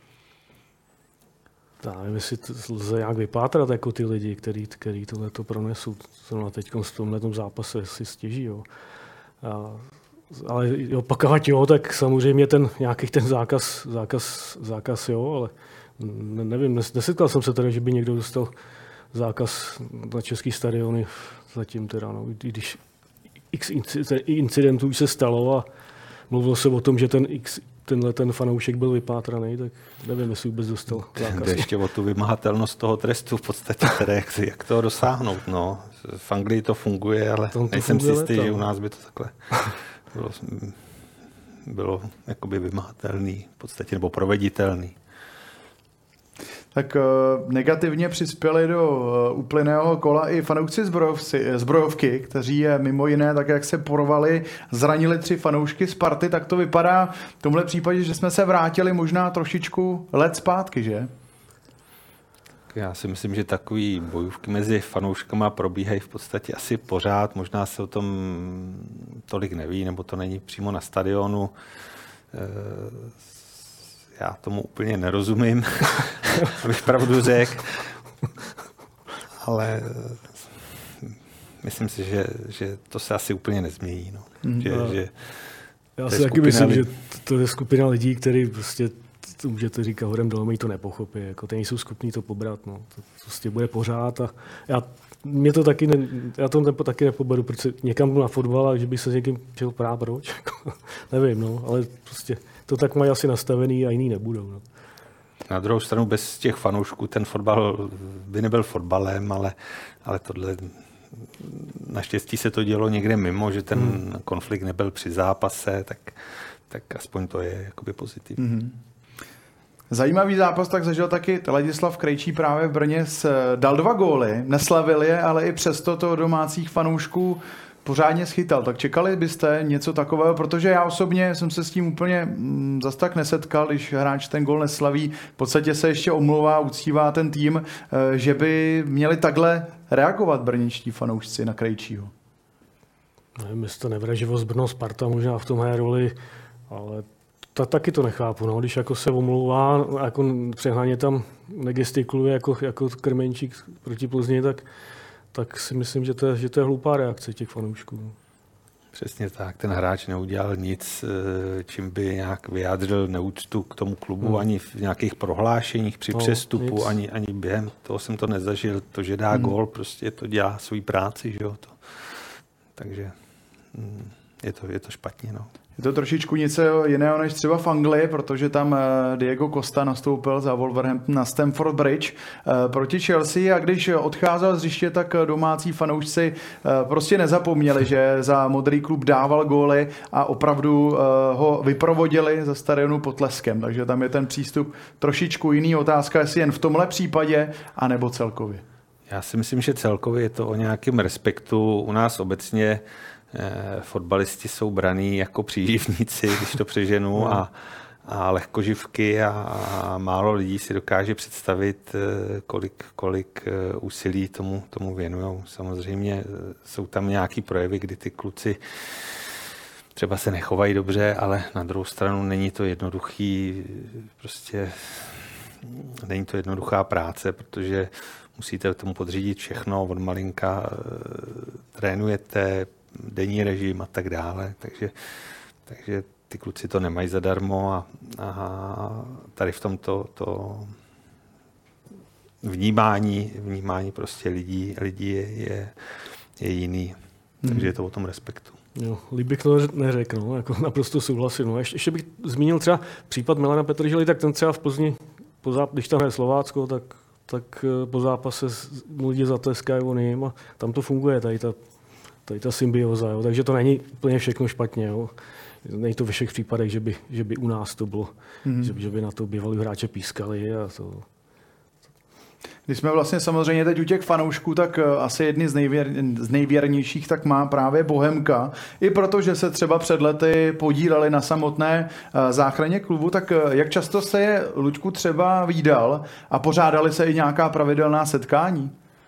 Já nevím, jestli to lze nějak vypátrat jako ty lidi, kteří tohleto pronesou. Zrovna teď v tomhletom zápase si stěží. Jo. Ale opakovat tak samozřejmě nějaký ten zákaz jo, ale nevím, nesetkal jsem se tady, že by někdo dostal zákaz na český stadiony zatím teda, no, když x incidentů se stalo a mluvilo se o tom, že ten fanoušek byl vypátraný, tak nevím, jestli vůbec dostal zákaz. Ještě o tu vymahatelnost toho trestu v podstatě, jak toho dosáhnout. No. V Anglii to funguje, ale nejsem si jistý, že u nás by to takhle bylo jakoby vymahatelný v podstatě, nebo proveditelný. Tak negativně přispěli do úplného kola i fanoušci Zbrojovky, kteří je mimo jiné, tak jak se porvali, zranili 3 fanoušky Sparty, tak to vypadá v tomhle případě, že jsme se vrátili možná trošičku let zpátky, že? Já si myslím, že takový bojůvky mezi fanouškama probíhají v podstatě asi pořád, možná se o tom tolik neví, nebo to není přímo na stadionu. Já tomu úplně nerozumím, abych pravdu řekl, ale myslím si, že to se asi úplně nezmění. No. Já si taky myslím, že to je skupina lidí, který prostě, to můžete říkat hodem dolů, to nepochopí. Jako, ty nejsou schopní to pobrat. No. To prostě bude pořád. A já to taky nepoberu, protože někam jdu na fotbal a že bych se s někým chtěl prát, proč? Nevím, no, ale prostě to tak mají asi nastavený a jiný nebudou. No. Na druhou stranu bez těch fanoušků ten fotbal by nebyl fotbalem, ale tohle naštěstí se to dělo někde mimo, že ten konflikt nebyl při zápase, tak aspoň to je jakoby pozitivní. Zajímavý zápas tak zažil taky Ladislav Krejčí právě v Brně, dal 2 góly, neslavil je, ale i přesto to domácích fanoušků pořádně schytal. Tak čekali byste něco takového, protože já osobně jsem se s tím úplně zas tak nesetkal, když hráč ten gól neslaví, v podstatě se ještě omlouvá, uctívá ten tým, že by měli takhle reagovat brněnští fanoušci na Krejčího. Nevím, jestli to nevraživost Brno Sparta možná v tomhle roli, ale taky to nechápu. No. Když jako se omlouvá, jako přehnaně tam negestikuluje jako Krmenčík proti Plzni, tak si myslím, že to je hloupá reakce těch fanoušků. Přesně tak. Ten hráč neudělal nic, čím by nějak vyjádřil neúctu k tomu klubu, ani v nějakých prohlášeních při přestupu, ani během toho jsem to nezažil. To, že dá gól, prostě to dělá svou práci. Že jo? Takže je to špatně. No. Je to trošičku něco jiného než třeba v Anglii, protože tam Diego Costa nastoupil za Wolverhampton na Stamford Bridge proti Chelsea a když odcházel z hřiště, tak domácí fanoušci prostě nezapomněli, že za modrý klub dával góly a opravdu ho vyprovodili ze stadionu potleskem. Takže tam je ten přístup trošičku jiný. Otázka, jestli jen v tomhle případě, anebo celkově. Já si myslím, že celkově je to o nějakém respektu. U nás obecně fotbalisti jsou braní jako příživníci, když to přeženu, a lehkoživky a málo lidí si dokáže představit, kolik úsilí tomu věnujou. Samozřejmě jsou tam nějaký projevy, kdy ty kluci třeba se nechovají dobře, ale na druhou stranu není to jednoduchá práce, protože musíte tomu podřídit všechno, od malinka trénujete, denní režim a tak dále, takže ty kluci to nemají zadarmo a tady v tomto to vnímání prostě lidí je jiný, takže je to o tom respektu. Jo, líp bych to neřekl, no, jako naprosto souhlasím. No. Ještě bych zmínil třeba případ Milana Petržely, tak ten třeba v Plzni, když tam je Slovácko, tak po zápase lidi zatleskají on jim a tam to funguje, tady ta symbioza, jo. Takže to není úplně všechno špatně. Jo. Není to ve všech případech, že by u nás to bylo, že by na to bývalí hráče pískali. A to. Když jsme vlastně samozřejmě teď u těch fanoušků, tak asi jedni z nejvěrnějších tak má právě Bohemka. I protože se třeba před lety podíleli na samotné záchraně klubu, tak jak často se je, Luďku, třeba vídal a pořádali se i nějaká pravidelná setkání?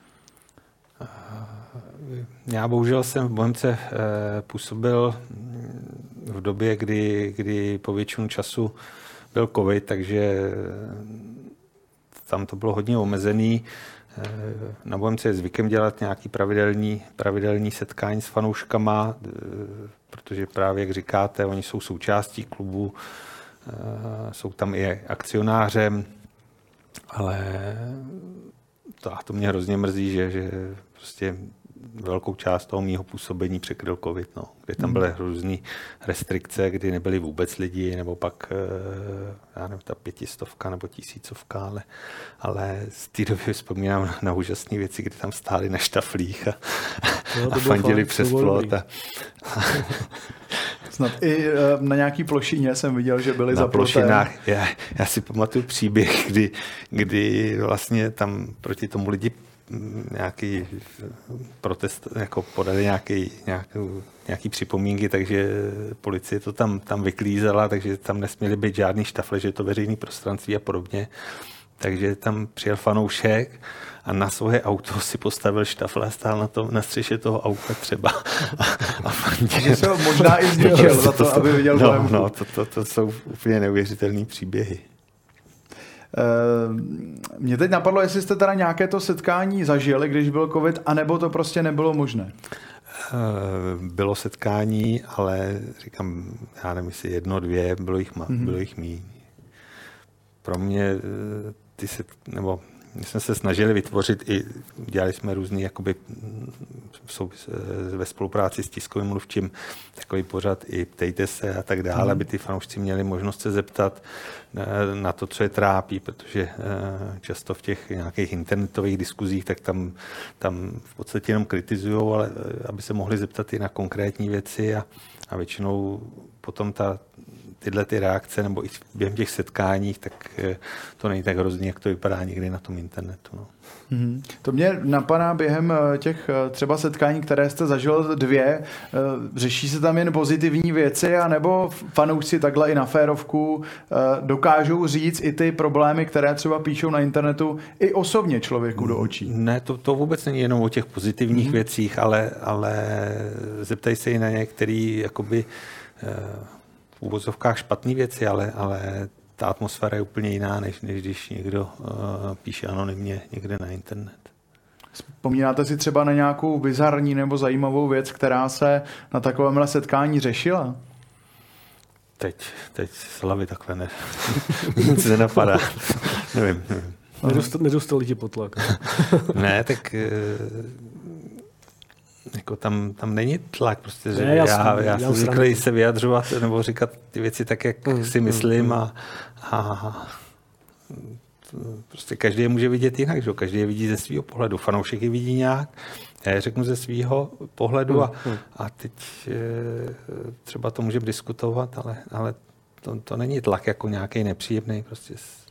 Já bohužel jsem v Bohemce působil v době, kdy po většinu času byl covid, takže tam to bylo hodně omezený. Na Bohemce je zvykem dělat nějaký pravidelný setkání s fanouškama, protože právě, jak říkáte, oni jsou součástí klubu, jsou tam i akcionářem, ale to mě hrozně mrzí, že prostě velkou část toho mýho působení překryl covid, no, kde tam byly různý restrikce, kdy nebyli vůbec lidi, nebo pak já nevím, ta 500 nebo 1000, ale z té doby vzpomínám na úžasné věci, kdy tam stáli na štaflích a fandili přes plot. Snad i na nějaký plošině jsem viděl, že byli za plošinách. Já si pamatuju příběh, kdy vlastně tam proti tomu lidi nějaký protest, jako podali nějaký připomínky, takže policie to tam vyklízela, takže tam nesměly být žádný štafle, že je to veřejný prostranství a podobně. Takže tam přijel fanoušek a na svoje auto si postavil štafle a stál na střeše toho auta třeba. A takže se ho možná i zničil za to, aby viděl Bohemku. No, to jsou úplně neuvěřitelné příběhy. Mě teď napadlo, jestli jste teda nějaké to setkání zažili, když byl covid, anebo to prostě nebylo možné. Bylo setkání, ale říkám, já nevím, jestli 1, 2, bylo jich míň. Pro mě my jsme se snažili vytvořit dělali jsme různý jakoby ve spolupráci s tiskovým mluvčím takový pořad i ptejte se a tak dále, aby ty fanoušci měli možnost se zeptat na to, co je trápí, protože často v těch nějakých internetových diskuzích, tak tam v podstatě jenom kritizujou, ale aby se mohli zeptat i na konkrétní věci a většinou potom tyhle ty reakce nebo i během těch setkáních, tak to není tak hrozný, jak to vypadá někdy na tom internetu. No. To mě napadá během těch třeba setkání, které jste zažil 2, řeší se tam jen pozitivní věci, anebo fanoušci takhle i na férovku dokážou říct i ty problémy, které třeba píšou na internetu i osobně člověku do očí? Ne, to vůbec není jenom o těch pozitivních věcích, ale zeptají se i na některé jakoby v uvozovkách špatné věci, ale ta atmosféra je úplně jiná, než když někdo píše anonymně někde na internet. Vzpomínáte si třeba na nějakou bizarní nebo zajímavou věc, která se na takovémhle setkání řešila? Teď z hlavy takhle nic nenapadá. Nevím. Nedostali ti potlak. Ne, tak jako tam není tlak, prostě, že já jsem zvyklý se vyjadřovat nebo říkat ty věci tak, jak si myslím a prostě každý je může vidět jinak, že? Každý je vidí ze svého pohledu, fanoušek je vidí nějak, já je řeknu ze svého pohledu a teď třeba to můžeme diskutovat, ale to není tlak jako nějaký nepříjemný. Prostě.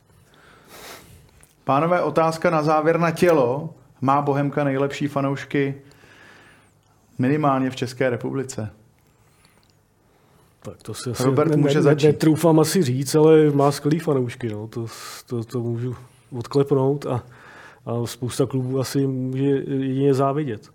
Pánové, otázka na závěr na tělo. Má Bohemka nejlepší fanoušky minimálně v České republice? Tak to si asi Robert může začít. Netroufám asi říct, ale má skvělý fanoušky. No. To můžu odklepnout a spousta klubů asi může jedině závidět.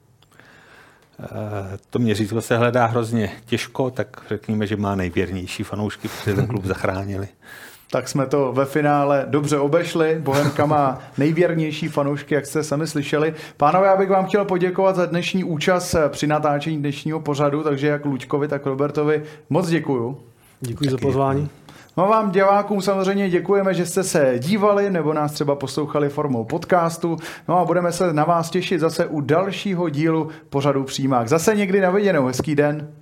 To měřítko se hledá hrozně těžko, tak řekněme, že má nejvěrnější fanoušky, protože ten klub zachránili. Tak jsme to ve finále dobře obešli. Bohemka má nejvěrnější fanoušky, jak jste sami slyšeli. Pánové, já bych vám chtěl poděkovat za dnešní účast při natáčení dnešního pořadu, takže jak Luďkovi, tak Robertovi moc děkuju. Děkuji za pozvání. No vám divákům samozřejmě děkujeme, že jste se dívali nebo nás třeba poslouchali formou podcastu. No a budeme se na vás těšit zase u dalšího dílu pořadu Přímák. Zase někdy na viděnou. Hezký den.